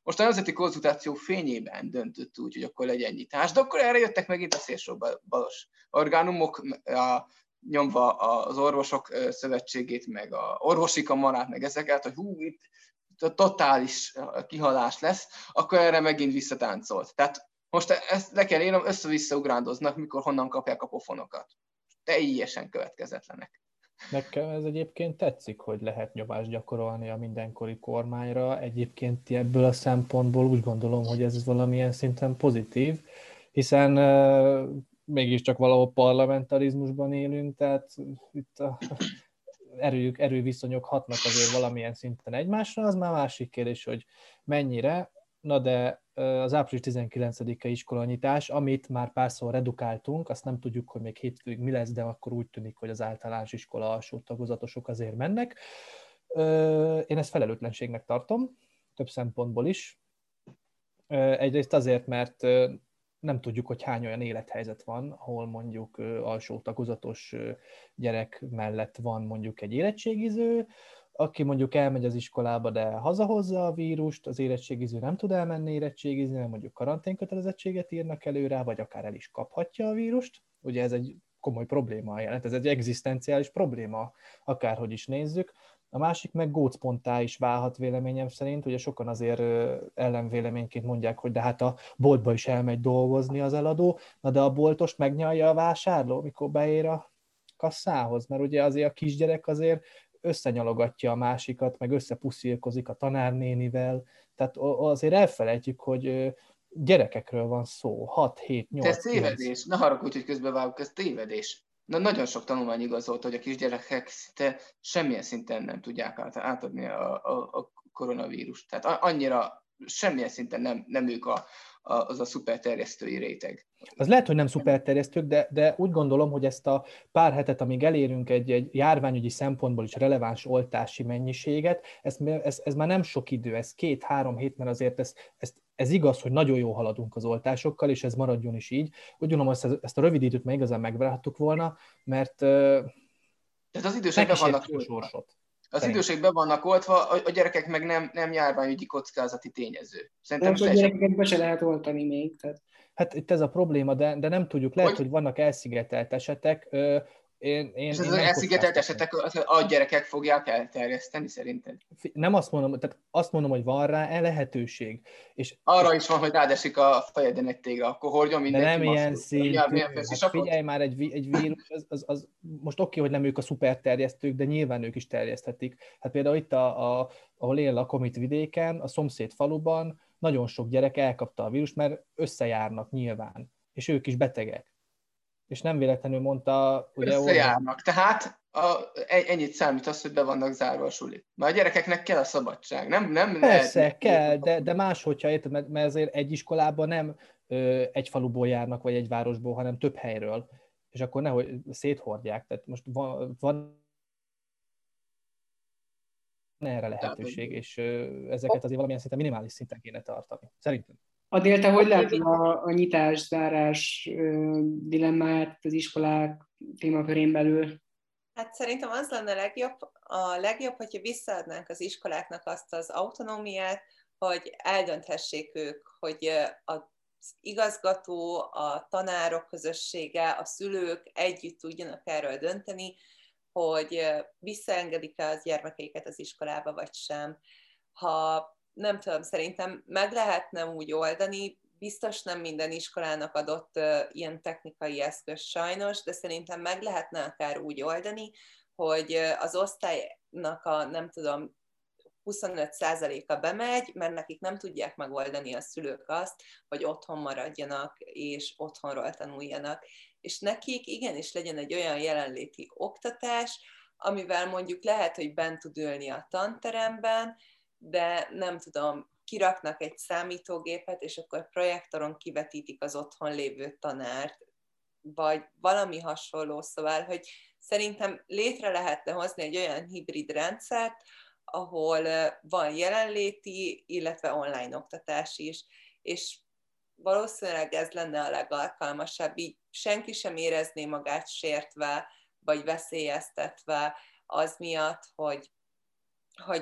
Most a nemzeti konzultáció fényében döntött úgy, hogy akkor legyen nyitás, de akkor erre jöttek megint a szélsőbalos orgánumok, nyomva az orvosok szövetségét, meg a orvosi kamarát, meg ezeket, hogy itt totális kihalás lesz, akkor erre megint visszatáncolt. Tehát most ezt le kell írnom, össze-vissza ugrándoznak, mikor honnan kapják a pofonokat. Teljesen következetlenek. Nekem ez egyébként tetszik, hogy lehet nyomást gyakorolni a mindenkori kormányra. Egyébként ebből a szempontból úgy gondolom, hogy ez valamilyen szinten pozitív, hiszen mégiscsak valahol parlamentarizmusban élünk, tehát itt a erőviszonyok hatnak azért valamilyen szinten egymásra, az már másik kérdés, hogy mennyire. Na de az április 19-i iskolanyitás, amit már párszor redukáltunk, azt nem tudjuk, hogy még hétvégig mi lesz, de akkor úgy tűnik, hogy az általános iskola alsó tagozatosok azért mennek. Én ezt felelőtlenségnek tartom, több szempontból is. Egyrészt azért, mert nem tudjuk, hogy hány olyan élethelyzet van, ahol mondjuk alsó tagozatos gyerek mellett van mondjuk egy érettségiző, aki mondjuk elmegy az iskolába, de hazahozza a vírust, az érettségiző nem tud elmenni érettségizni, mert mondjuk karanténkötelezettséget írnak elő rá, vagy akár el is kaphatja a vírust. Ugye ez egy komoly probléma jelent, ez egy egzisztenciális probléma, akárhogy is nézzük. A másik meg gócponttá is válhat véleményem szerint, ugye sokan azért ellenvéleményként mondják, hogy de hát a boltba is elmegy dolgozni az eladó, na de a boltost megnyalja a vásárló, mikor beér a kasszához, mert ugye azért a kisgyerek azért összenyalogatja a másikat, meg összepuszilkozik a tanárnénivel, tehát azért elfelejtjük, hogy gyerekekről van szó, 6, 7, 8, De ez tévedés, ne haragudj, hogy közbevágok, ez tévedés. Na, nagyon sok tanulmány igazolta, hogy a kisgyerekek szinte semmilyen szinten nem tudják átadni a koronavírust. Tehát annyira semmilyen szinten nem ők az a szuperterjesztői réteg. Az lehet, hogy nem szuperterjesztők, de úgy gondolom, hogy ezt a pár hetet, amíg elérünk egy járványügyi szempontból is releváns oltási mennyiséget, ez már nem sok idő, ez 2-3 hét, mert azért ez igaz, hogy nagyon jól haladunk az oltásokkal, és ez maradjon is így. Úgy gondolom, hogy ezt a rövid időt már igazán megvárhattuk volna, mert tehát az idősek be vannak oltva. Az idősek be vannak oltva, a gyerekek meg nem járványügyi kockázati tényező. Szerintem a gyerekeket be se lehet oltani még. Tehát. Hát itt ez a probléma, de nem tudjuk, lehet, hogy vannak elszigetelt esetek. És az elszigetelt esetek a gyerekek fogják elterjeszteni szerinted? Nem azt mondom, tehát azt mondom, hogy van rá lehetőség. És arra is van, hogy rádesik a fejeden egy tégla, akkor hordjon mindenki. De nem ilyen szintű. Hát figyelj már, egy vírus, az most oké, hogy nem ők a szuperterjesztők, de nyilván ők is terjeszthetik. Hát például itt, ahol én lakom itt vidéken, a szomszéd faluban nagyon sok gyerek elkapta a vírust, mert összejárnak nyilván, és ők is betegek. És nem véletlenül mondta... Ugye, összejárnak, tehát ennyit számít az, hogy be vannak zárva a sulik. Mert a gyerekeknek kell a szabadság. Nem persze, lehet, kell, de más, hogyha érted, mert azért egy iskolában nem egy faluból járnak, vagy egy városból, hanem több helyről. És akkor nehogy széthordják. Tehát most van erre lehetőség, és ezeket azért valamilyen szinten minimális szinten kéne tartani. Szerintem. Adél, te hogy látod a nyitás-zárás dilemmáját az iskolák témakörén belül? Hát szerintem az lenne a legjobb, hogyha visszaadnánk az iskoláknak azt az autonómiát, hogy eldönthessék ők, hogy az igazgató, a tanárok közössége, a szülők együtt tudjanak erről dönteni, hogy visszaengedik-e az gyermekeiket az iskolába, vagy sem. Ha nem tudom, szerintem meg lehetne úgy oldani, biztos nem minden iskolának adott ilyen technikai eszköz sajnos, de szerintem meg lehetne akár úgy oldani, hogy az osztálynak a, nem tudom, 25%-a bemegy, mert nekik nem tudják megoldani a szülők azt, hogy otthon maradjanak, és otthonról tanuljanak. És nekik igenis legyen egy olyan jelenléti oktatás, amivel mondjuk lehet, hogy bent tud ülni a tanteremben, de nem tudom, kiraknak egy számítógépet, és akkor projektoron kivetítik az otthon lévő tanárt, vagy valami hasonló, szóval, hogy szerintem létre lehetne hozni egy olyan hibrid rendszert, ahol van jelenléti, illetve online oktatás is, és valószínűleg ez lenne a legalkalmasabb, így senki sem érezné magát sértve, vagy veszélyeztetve az miatt, hogy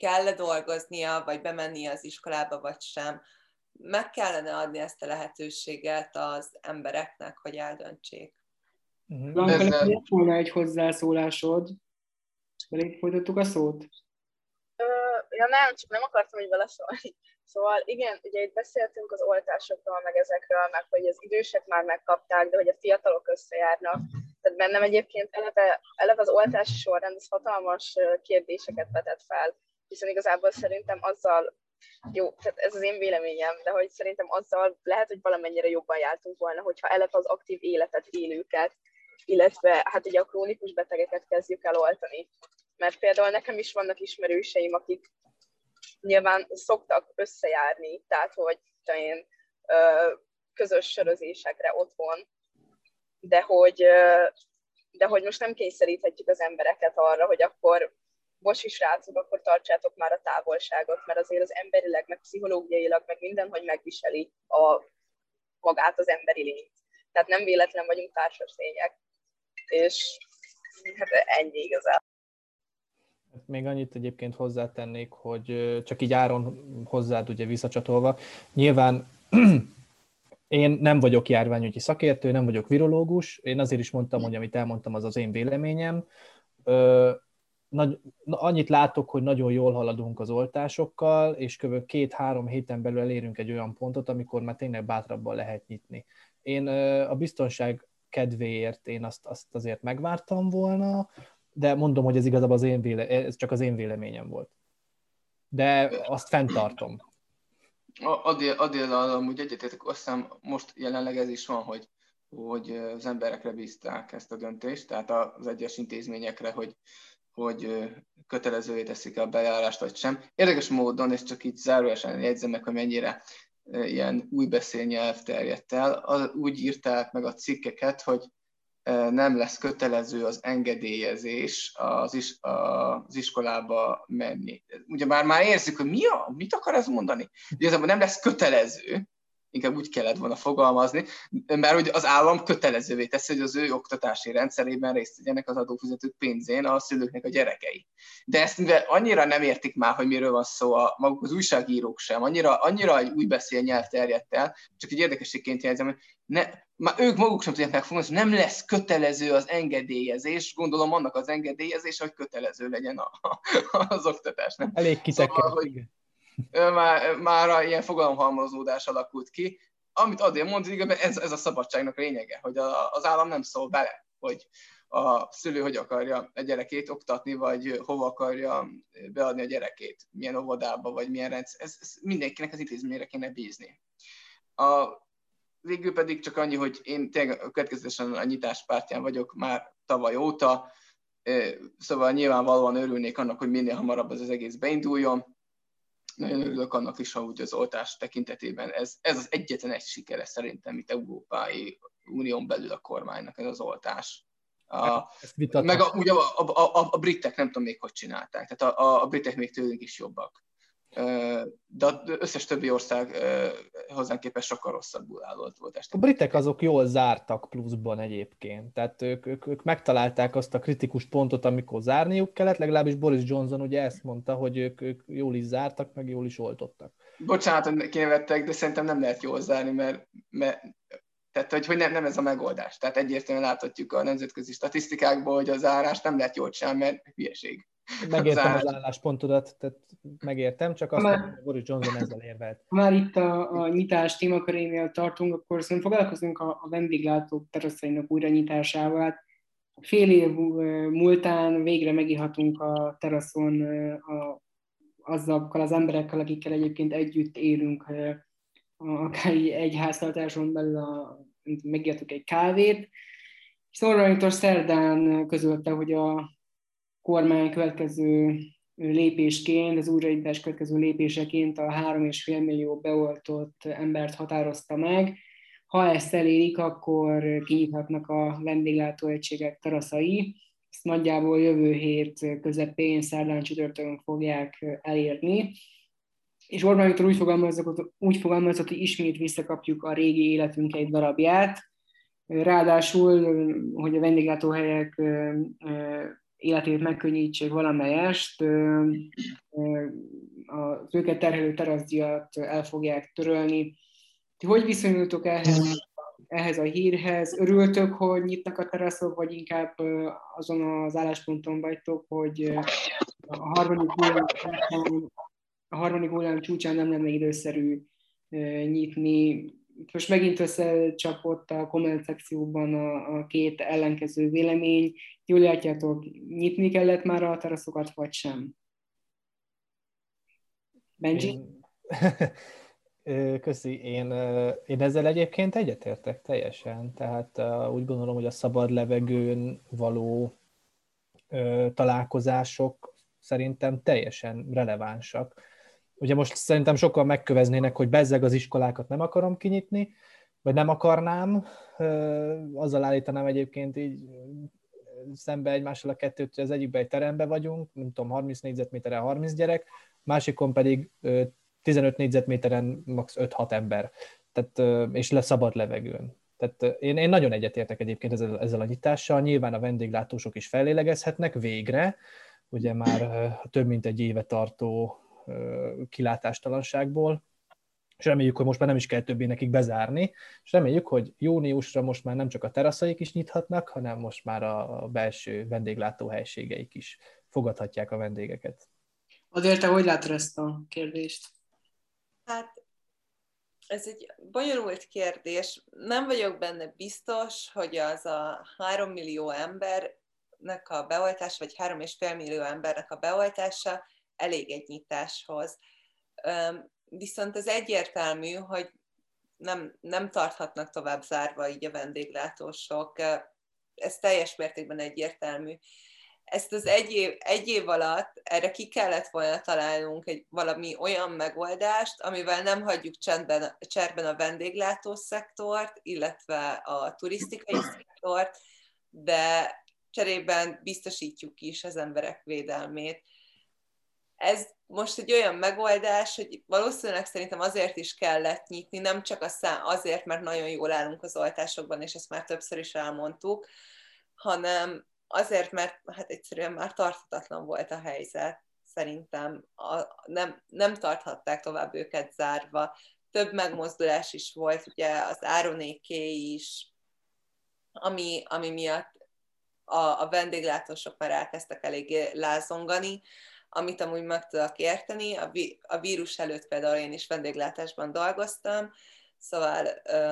kell-e dolgoznia, vagy bemennie az iskolába, vagy sem. Meg kellene adni ezt a lehetőséget az embereknek, hogy eldöntsék. Blanka, lett volna egy hozzászólásod? Belé folytattuk a szót? Ja nem, csak nem akartam így beleszólni. Szóval igen, ugye itt beszéltünk az oltásokról, meg ezekről, meg hogy az idősek már megkapták, de hogy a fiatalok összejárnak. Tehát bennem egyébként eleve az oltási sorrend az hatalmas kérdéseket vetett fel, hiszen igazából szerintem azzal, jó, tehát ez az én véleményem, de hogy szerintem azzal lehet, hogy valamennyire jobban jártunk volna, hogyha eleve az aktív életet élőket, illetve hát ugye a krónikus betegeket kezdjük el oltani. Mert például nekem is vannak ismerőseim, akik nyilván szoktak összejárni, tehát hogy én közös sörözésekre otthon, de hogy most nem kényszeríthetjük az embereket arra, hogy akkor bocsi srácok, akkor tartsátok már a távolságot, mert azért az emberileg, meg pszichológiailag, meg mindenhogy megviseli magát az emberi lényt. Tehát nem véletlen vagyunk társas lények. És hát ennyi igazán. Még annyit egyébként hozzátennék, hogy csak így Áron hozzád ugye visszacsatolva, nyilván én nem vagyok járványügyi szakértő, nem vagyok virológus, én azért is mondtam, hogy amit elmondtam, az az én véleményem. Annyit látok, hogy nagyon jól haladunk az oltásokkal, és kb. 2-3 héten belül elérünk egy olyan pontot, amikor már tényleg bátrabban lehet nyitni. Én a biztonság kedvéért én azt azért megvártam volna, de mondom, hogy ez igazából ez csak az én véleményem volt. De azt fenntartom. Adél amúgy egyetértek, aztán most jelenleg ez is van, hogy az emberekre bízták ezt a döntést, tehát az egyes intézményekre, hogy kötelezővé teszik a bejárást, vagy sem. Érdekes módon, és csak így zárójelesen jegyzem meg, hogy mennyire ilyen új beszélnyelv terjedt el, úgy írták meg a cikkeket, hogy nem lesz kötelező az engedélyezés az iskolába menni. Ugye már érzük, hogy mit akar ez mondani? Igazából nem lesz kötelező, inkább úgy kellett volna fogalmazni, mert hogy az állam kötelezővé teszi, hogy az ő oktatási rendszerében részt vegyenek az adófizetők pénzén a szülőknek a gyerekei. De ezt mivel annyira nem értik már, hogy miről van szó, maguk az újságírók sem, annyira egy új beszélnyelv terjedt el, csak egy érdekességként jelzem, hogy már ők maguk sem tudják megfogni, hogy nem lesz kötelező az engedélyezés, gondolom annak az engedélyezés, hogy kötelező legyen az oktatás. Nem? Elég kitekert, szóval, hogy már ilyen fogalomhalmozódás alakult ki, amit azért mondjuk, ez a szabadságnak a lényege, hogy az állam nem szól bele, hogy a szülő hogy akarja a gyerekét oktatni, vagy hova akarja beadni a gyerekét, milyen óvodába, vagy milyen rendszer. Ez mindenkinek az intézményre kéne bízni. Végül pedig csak annyi, hogy én tényleg következetesen a nyitás pártján vagyok már tavaly óta, szóval nyilvánvalóan örülnék annak, hogy minél hamarabb az egész beinduljon. Nagyon örülök annak is, ha úgy az oltás tekintetében ez az egyetlen egy sikere szerintem itt Európai Unión belül a kormánynak, ez az oltás. Meg ugye a britek nem tudom még hogy csinálták, tehát a britek még tőlünk is jobbak. De az összes többi ország hozzánk képest sokkal rosszabbul állott volt. A britek azok jól zártak pluszban egyébként, tehát ők megtalálták azt a kritikus pontot, amikor zárniuk kellett, legalábbis Boris Johnson ugye ezt mondta, hogy ők jól is zártak, meg jól is oltottak. Bocsánat, hogy kinevettek, de szerintem nem lehet jól zárni, mert tehát, hogy nem ez a megoldás. Tehát egyértelműen láthatjuk a nemzetközi statisztikákból, hogy a zárást nem lehet jól csinálni, mert hülyeség. Megértem az álláspontodat, tehát megértem, csak azt mondom, hogy Boris Johnson ezzel érvelt. Már itt a nyitás témakörénél tartunk, akkor szerintem foglalkozunk a vendéglátók teraszainak újranyitásával. Fél év múltán végre megírhatunk a teraszon azokkal az emberekkel, akikkel egyébként együtt élünk, akár egy háztartáson belül megírtuk egy kávét. És Orbán Viktor szerdán közölte, hogy a kormány következő lépésként, az újraindítás következő lépéseként a 3,5 millió beoltott embert határozta meg. Ha ezt elérik, akkor kinyithatnak a vendéglátóegységek teraszai. Ezt nagyjából jövő hét közepén, szerdán csütörtökön fogják elérni. És Orbán Viktor úgy fogalmazott, hogy ismét visszakapjuk a régi életünk egy darabját. Ráadásul, hogy a vendéglátóhelyek életét megkönnyítsék valamelyest, az őket terhelő teraszdíjat el fogják törölni. Ti hogy viszonyultok ehhez a hírhez? Örültök, hogy nyitnak a teraszok, vagy inkább azon az állásponton vagytok, hogy a harmadik hullám csúcsán nem lenne időszerű nyitni? Most megint összecsapott a komment szekcióban a két ellenkező vélemény. Jól látjátok, nyitni kellett már a teraszokat, vagy sem? Benji? Köszi. Én ezzel egyébként egyetértek teljesen. Tehát úgy gondolom, hogy a szabad levegőn való találkozások szerintem teljesen relevánsak. Ugye most szerintem sokan megköveznének, hogy bezzeg az iskolákat nem akarom kinyitni, vagy nem akarnám. Azzal állítanám egyébként így szembe egymással a kettőt, hogy az egyikben egy teremben vagyunk, nem tudom, 30 négyzetméteren 30 gyerek, másikon pedig 15 négyzetméteren max. 5-6 ember, tehát, és szabad levegőn. Tehát én nagyon egyetértek egyébként ezzel a nyitással. Nyilván a vendéglátósok is fellélegezhetnek végre, ugye már több mint egy éve tartó kilátástalanságból, és reméljük, hogy most már nem is kell többé nekik bezárni, és reméljük, hogy júniusra most már nem csak a teraszaik is nyithatnak, hanem most már a belső vendéglátóhelyiségeik is fogadhatják a vendégeket. Azért te hogy látod ezt a kérdést? Hát ez egy bonyolult kérdés. Nem vagyok benne biztos, hogy az a 3 millió embernek a beoltása, vagy 3,5 millió embernek a beoltása elég egy nyitáshoz. Viszont az egyértelmű, hogy nem tarthatnak tovább zárva így a vendéglátósok. Ez teljes mértékben egyértelmű. Ezt az egy év alatt erre ki kellett volna találnunk valami olyan megoldást, amivel nem hagyjuk cserben a vendéglátó szektort, illetve a turisztikai szektort, de cserében biztosítjuk is az emberek védelmét. Ez most egy olyan megoldás, hogy valószínűleg szerintem azért is kellett nyitni, nem csak azért, mert nagyon jól állunk az oltásokban, és ezt már többször is elmondtuk, hanem azért, mert hát egyszerűen már tarthatatlan volt a helyzet. Szerintem nem tarthatták tovább őket zárva. Több megmozdulás is volt, ugye az Áronéké is, ami miatt a vendéglátósok már elkezdtek eléggé lázongani, amit amúgy meg tudok érteni. A vírus előtt például én is vendéglátásban dolgoztam, szóval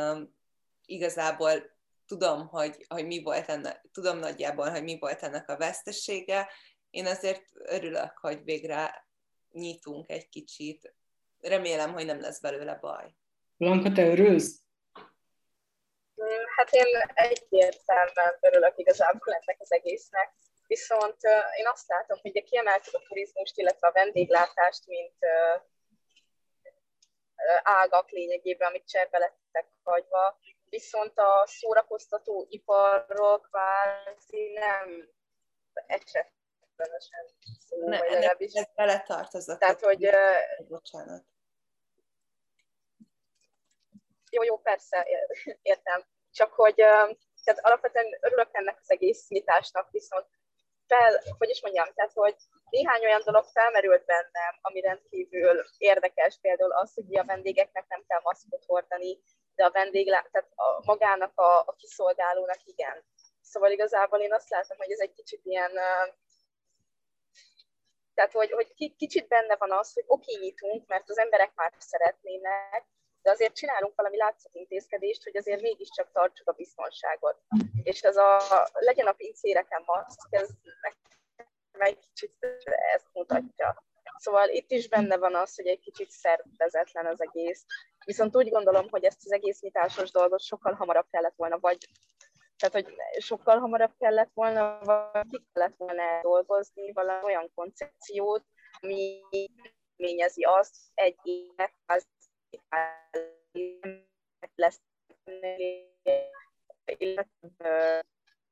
igazából tudom, hogy mi volt tudom nagyjából, hogy mi volt ennek a vesztesége. Én azért örülök, hogy végre nyitunk egy kicsit. Remélem, hogy nem lesz belőle baj. Blanka, te örülsz? Hát én egyértelműen örülök igazából ennek az egésznek. Viszont én azt látom, hogy kiemeltük a turizmust, illetve a vendéglátást, mint ágak lényegében, amik cserbe lettek hagyva. Viszont a szórakoztató iparról kvázi nem esett különösen szó, vagy legalábbis. Ez beletartozott. Tehát, hogy... Bocsánat. Jó, persze, értem. Csak hogy tehát alapvetően örülök ennek az egész nyitásnak, viszont tehát, hogy néhány olyan dolog felmerült bennem, ami rendkívül érdekes, például az, hogy a vendégeknek nem kell maszkot hordani, de tehát magának a kiszolgálónak igen. Szóval igazából én azt látom, hogy ez egy kicsit ilyen, tehát hogy kicsit benne van az, hogy oké, nyitunk, mert az emberek már szeretnének, de azért csinálunk valami látszatintézkedést, hogy azért mégiscsak tartsuk a biztonságot. És ez legyen a pincéreken maszk, ez egy kicsit ezt mutatja. Szóval itt is benne van az, hogy egy kicsit szervezetlen az egész. Viszont úgy gondolom, hogy ezt az egész nyitásos dolgot sokkal hamarabb kellett volna, vagy ki kellett volna dolgozni valami olyan koncepciót, ami ményezi azt, egy évnek az lesz, illetve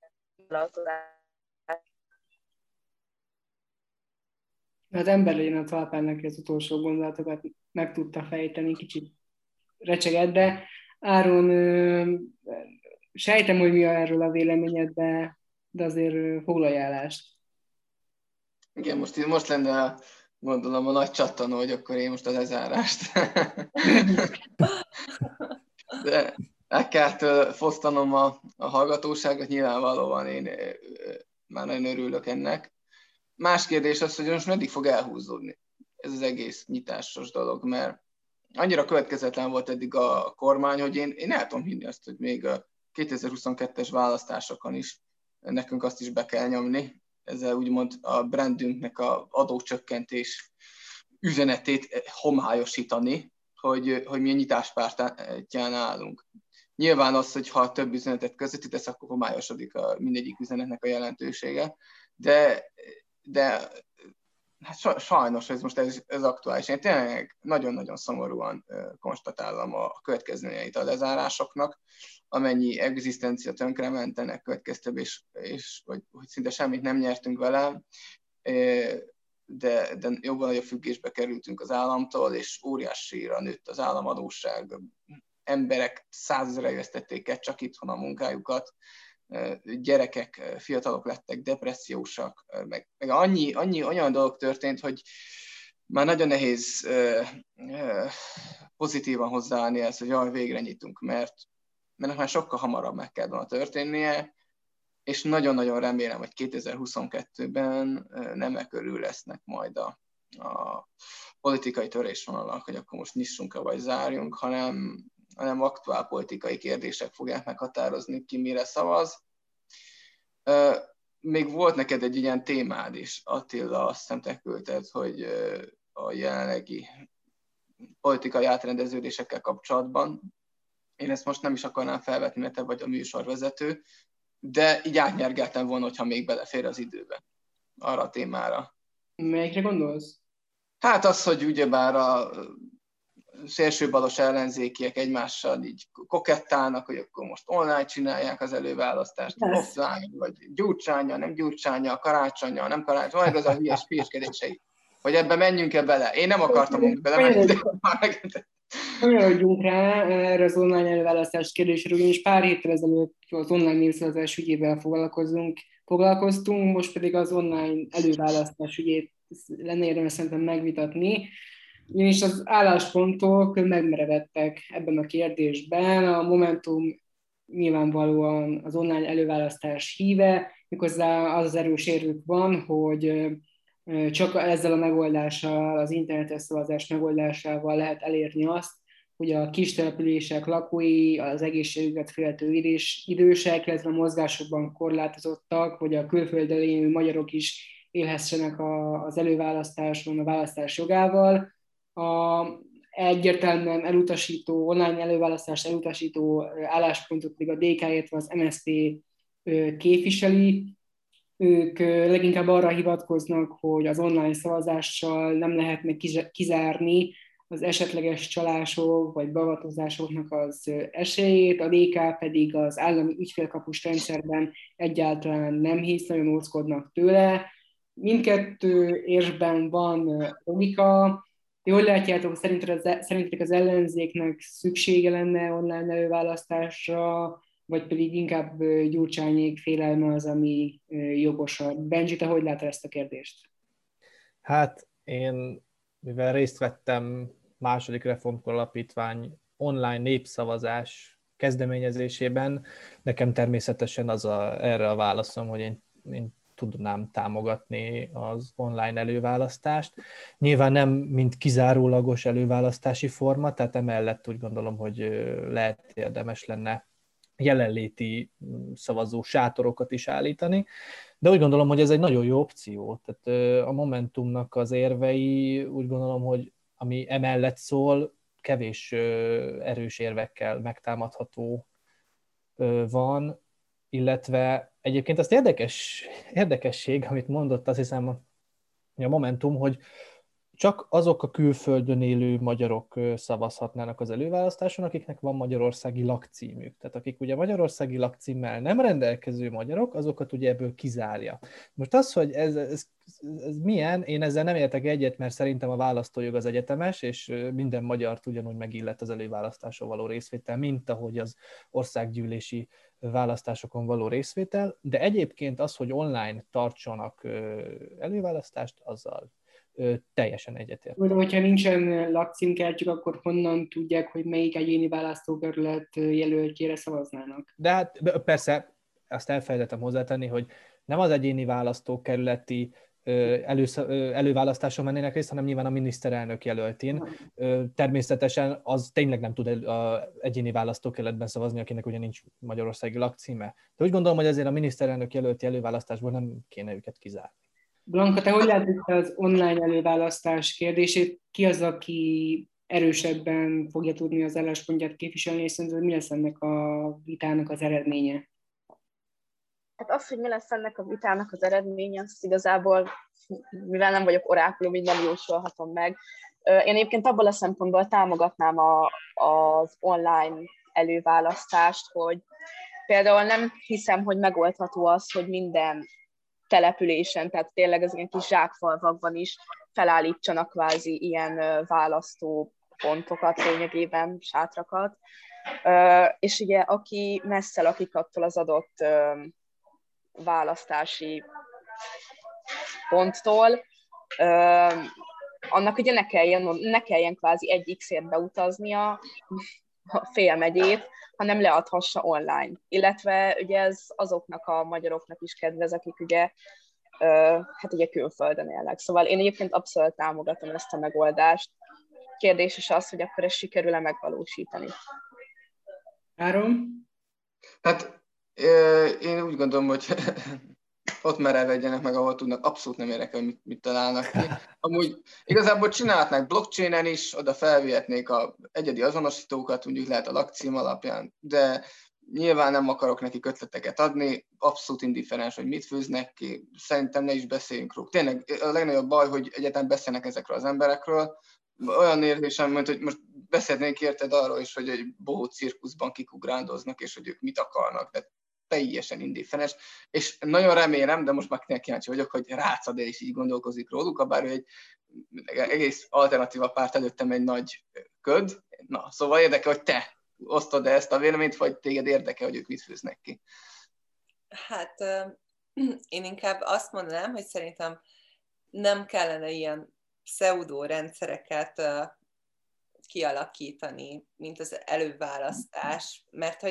Az emberlén a talpának az utolsó gondolatokat meg tudta fejteni, kicsit recsegett, de Áron, sejtem, hogy mi erről a véleményed, de azért foglalj állást. Igen, most lenne Gondolom a nagy csattanó, hogy akkor én most a lezárást. De meg kell fosztanom a hallgatóságot, nyilvánvalóan én már nagyon örülök ennek. Más kérdés az, hogy most meddig fog elhúzódni ez az egész nyitásos dolog, mert annyira következetlen volt eddig a kormány, hogy én el tudom hinni azt, hogy még a 2022-es választásokon is nekünk azt is be kell nyomni. Ezzel úgymond a brandünknek a adócsökkentés üzenetét homályosítani, hogy mi a nyitáspártján állunk. Nyilván az, hogy ha több üzenetet közvetítesz, akkor homályosodik mindegyik üzenetnek a jelentősége, de hát sajnos ez most ez aktuális. Én tényleg nagyon-nagyon szomorúan konstatálom a következményeit a lezárásoknak, amennyi egzisztencia tönkrementenek következtebb, és hogy szinte semmit nem nyertünk vele, de jobban nagyobb függésbe kerültünk az államtól, és óriásira nőtt az államadósság. Emberek 100 000-re vesztették csak itthon a munkájukat, gyerekek, fiatalok lettek depressziósak, meg annyi olyan dolog történt, hogy már nagyon nehéz pozitívan hozzáállni ezt, hogy jaj, végre nyitunk, mert már sokkal hamarabb meg kell volna történnie, és nagyon-nagyon remélem, hogy 2022-ben nem körül lesznek majd a politikai törésvonalak, hogy akkor most nyissunk-e vagy zárjunk, hanem aktuál politikai kérdések fogják meghatározni, ki mire szavaz. Még volt neked egy ilyen témád is, Attila, azt hiszem te küldted, hogy a jelenlegi politikai átrendeződésekkel kapcsolatban. Én ezt most nem is akarnám felvetni, mert te vagy a műsorvezető, de így átnyergeltem volna, hogyha még belefér az időbe arra a témára. Melyikre gondolsz? Hát az, hogy ugyebár a szélsőbalos ellenzékiek egymással így kokettálnak, hogy akkor most online csinálják az előválasztást, offline, vagy Gyurcsánnyal, nem Gyurcsánnyal, Karácsonnyal, nem Karácsonnyal, majd az a hülyes hülyeskedései, hogy ebbe menjünk-e bele. Én nem akartam belemenni, de már Kanyarodjunk rá erre az online előválasztás kérdésre, ugyanis pár héttel ezelőtt az online népszavazás ügyével foglalkoztunk, most pedig az online előválasztás ügyét lenne érdemes szerintem megvitatni, ugyanis az álláspontok megmerevedtek ebben a kérdésben. A Momentum nyilvánvalóan az online előválasztás híve, méghozzá az erős érvük van, hogy csak ezzel a megoldással, az internetes szavazás megoldásával lehet elérni azt, hogy a kis települések lakói, az egészségüket féltő idősek, illetve a mozgásokban korlátozottak, vagy a külföldön élő magyarok is élhessenek az előválasztáson, a választás jogával. Egyértelműen elutasító, online előválasztást elutasító álláspontot pedig a DK, illetve az MSZP képviseli. Ők leginkább arra hivatkoznak, hogy az online szavazással nem lehetne kizárni az esetleges csalások vagy beavatkozásoknak az esélyét, a DK pedig az állami ügyfélkapus rendszerben egyáltalán nem hisz, nagyon óckodnak tőle. Mindkettő érvben van logika. Jól látjátok, szerintetek az ellenzéknek szüksége lenne online előválasztásra, vagy pedig inkább Gyurcsányék félelme az, ami jogosabb. Benji, te hogy látod ezt a kérdést? Hát én, mivel részt vettem második Reformkor Alapítvány online népszavazás kezdeményezésében, nekem természetesen erre a válaszom, hogy én tudnám támogatni az online előválasztást. Nyilván nem mint kizárólagos előválasztási forma, tehát emellett úgy gondolom, hogy lehet érdemes lenne jelenléti szavazó sátorokat is állítani, de úgy gondolom, hogy ez egy nagyon jó opció. Tehát a Momentumnak az érvei úgy gondolom, hogy ami emellett szól, kevés erős érvekkel megtámadható van, illetve egyébként azt érdekesség, amit mondott, azt hiszem a Momentum, hogy csak azok a külföldön élő magyarok szavazhatnának az előválasztáson, akiknek van magyarországi lakcímük. Tehát akik ugye magyarországi lakcímmel nem rendelkező magyarok, azokat ugye ebből kizárja. Most az, hogy ez milyen, én ezzel nem értek egyet, mert szerintem a választójog az egyetemes, és minden magyart ugyanúgy megillet az előválasztáson való részvétel, mint ahogy az országgyűlési választásokon való részvétel, de egyébként az, hogy online tartsanak előválasztást, azzal teljesen egyetért. Hogyha nincsen lakcímkártyuk, akkor honnan tudják, hogy melyik egyéni választókerület jelöltjére szavaznának? De hát persze, azt elfelejtettem hozzátenni, hogy nem az egyéni választókerületi előválasztáson mennének részt, hanem nyilván a miniszterelnök jelöltén. Természetesen az tényleg nem tud egyéni választókerületben szavazni, akinek ugye nincs magyarországi lakcíme. De úgy gondolom, hogy azért a miniszterelnök jelölti előválasztásból nem kéne őket kizárni. Blanka, te hogy látod az online előválasztás kérdését? Ki az, aki erősebben fogja tudni az álláspontját képviselni, és szerinted mi lesz ennek a vitának az eredménye? Hát az, hogy mi lesz ennek a vitának az eredménye, azt igazából, mivel nem vagyok orákulum, így nem jósolhatom meg. Én egyébként abból a szempontból támogatnám az online előválasztást, hogy például nem hiszem, hogy megoldható az, hogy minden településen, tehát tényleg az ilyen kis zsákfalvakban is felállítsanak kvázi ilyen választópontokat, lényegében sátrakat. És ugye aki messze lakik attól az adott választási ponttól, annak ugye ne kelljen kvázi egy X-ért beutaznia a fél megyét, hanem leadhassa online. Illetve ugye ez azoknak a magyaroknak is kedvez, akik ugye, hát ugye külföldön élnek. Szóval én egyébként abszolút támogatom ezt a megoldást. Kérdés is az, hogy akkor ezt sikerül-e megvalósítani. Áron? Hát én úgy gondolom, hogy ott merevedjenek meg, ahol tudnak, abszolút nem érdekel, hogy mit találnak ki. Amúgy igazából csinálhatnák blockchainen is, oda felvihetnék a egyedi azonosítókat, mondjuk lehet a lakcím alapján, de nyilván nem akarok nekik ötleteket adni, abszolút indifferens, hogy mit főznek ki, szerintem ne is beszéljünk róla. Tényleg a legnagyobb baj, hogy egyáltalán beszélnek ezekről az emberekről. Olyan érzésem, mint hogy most beszélnénk érted arról is, hogy egy bohó cirkuszban kikugrándoznak, és hogy ők mit akarnak, de teljesen indifferens, és nagyon remélem, de most már kíváncsi vagyok, hogy Rácz is így gondolkozik róluk, bár ő egy egész alternatíva párt, előttem egy nagy köd. Na, szóval érdekel, hogy te osztod-e ezt a véleményt, vagy téged érdekel, hogy ők mit főznek ki? Hát én inkább azt mondanám, hogy szerintem nem kellene ilyen pseudo rendszereket kialakítani, mint az előválasztás, mert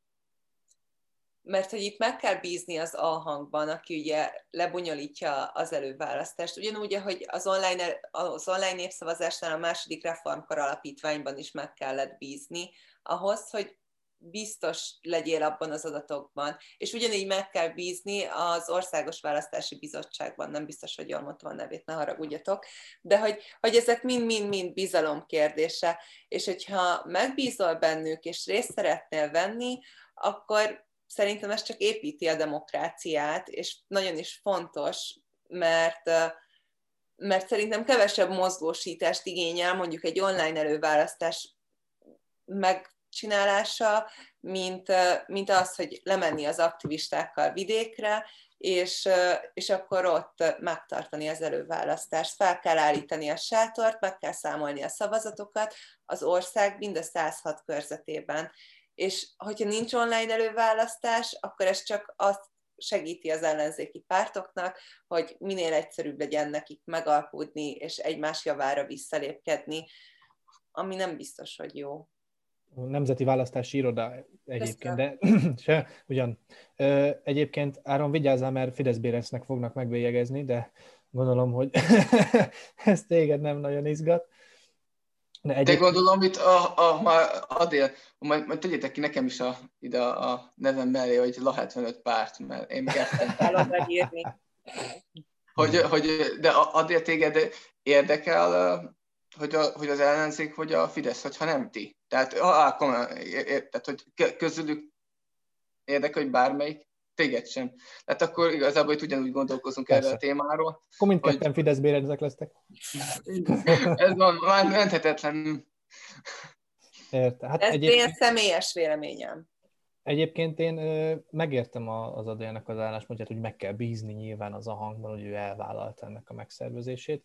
hogy itt meg kell bízni az A-hangban, aki ugye lebonyolítja az előválasztást. Ugyanúgy, ahogy az online népszavazásnál a második reformkor alapítványban is meg kellett bízni, ahhoz, hogy biztos legyél abban az adatokban. És ugyanígy meg kell bízni az Országos Választási Bizottságban, nem biztos, hogy jól mondtam a nevét, ne haragudjatok, de hogy ezek mind-mind bizalom kérdése, és hogyha megbízol bennük, és részt szeretnél venni, akkor szerintem ez csak építi a demokráciát, és nagyon is fontos, mert szerintem kevesebb mozgósítást igényel mondjuk egy online előválasztás megcsinálása, mint az, hogy lemenni az aktivistákkal vidékre, és akkor ott megtartani az előválasztást. Fel kell állítani a sátort, meg kell számolni a szavazatokat az ország mind a 106 körzetében. És hogyha nincs online előválasztás, akkor ez csak azt segíti az ellenzéki pártoknak, hogy minél egyszerűbb legyen nekik megalkudni, és egymás javára visszalépkedni, ami nem biztos, hogy jó. A Nemzeti Választási Iroda egyébként, de ugyan. Egyébként Áron, vigyázzál, mert Fidesz-Bérencnek fognak megbélyegezni, de gondolom, hogy ez téged nem nagyon izgat. De gondolom, itt majd tegyétek ki nekem is ide a nevem mellé, hogy LA 75 párt, mert én kezdtem. De addig téged érdekel, hogy az ellenzék vagy a Fidesz, hogyha nem ti. Tehát, hogy közülük érdekel, hogy bármelyik, téged sem. Tehát akkor igazából itt ugyanúgy gondolkozunk erről a témáról. Akkor mindketten Fidesz-bérencek lesztek. Ez van, már menthetetlen. Érte. Hát ez én személyes véleményem. Egyébként én megértem az Adélnek az álláspontját, hogy meg kell bízni nyilván az a hangban, hogy ő elvállalta ennek a megszervezését,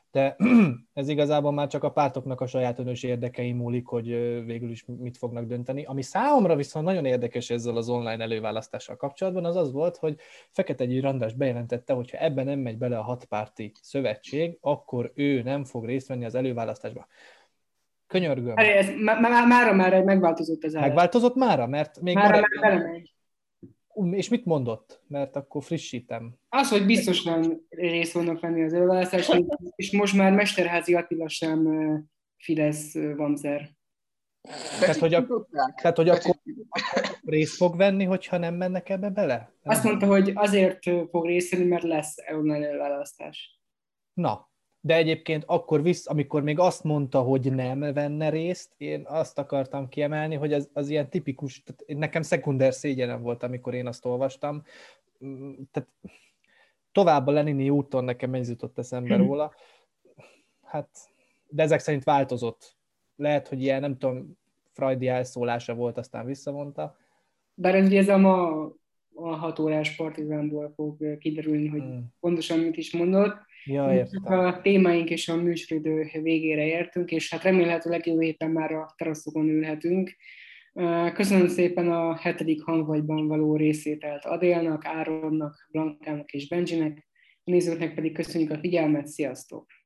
De ez igazából már csak a pártoknak a saját önös érdekei múlik, hogy végül is mit fognak dönteni. Ami számomra viszont nagyon érdekes ezzel az online előválasztással kapcsolatban, az az volt, hogy Fekete Győr András bejelentette, hogy ha ebben nem megy bele a 6 párti szövetség, akkor ő nem fog részt venni az előválasztásba. Könyörgöm. Mára megváltozott az állás. Megváltozott mára? Mert még Mára már belemegy. És mit mondott? Mert akkor frissítem. Az, hogy biztosan részt fognak venni az előválasztáson, és most már Mesterházy Attila sem Fidesz vamzer. Tehát, hogy akkor részt fog venni, hogyha nem mennek ebbe bele? Azt mondta, hogy azért fog részt venni, mert lesz online előválasztás. Na, de egyébként akkor amikor még azt mondta, hogy nem venne részt, én azt akartam kiemelni, hogy az ilyen tipikus, tehát nekem szekunder szégyenem volt, amikor én azt olvastam. Tehát tovább a Lenini úton nekem ez jutott eszembe róla. Hát, de ezek szerint változott. Lehet, hogy ilyen, nem tudom, freudi elszólása volt, aztán visszavonta. Bár ez ugye ez a 6 órás Partizánból fog kiderülni, hogy pontosan mit is mondott. Ja, értem. A témáink és a műsoridő végére értünk, és hát remélhetőleg jövő héten már a teraszokon ülhetünk. Köszönöm szépen a 7. hangvagyban való részvételt Adélnak, Áronnak, Blankának és Benjinek. A nézőknek pedig köszönjük a figyelmet, sziasztok!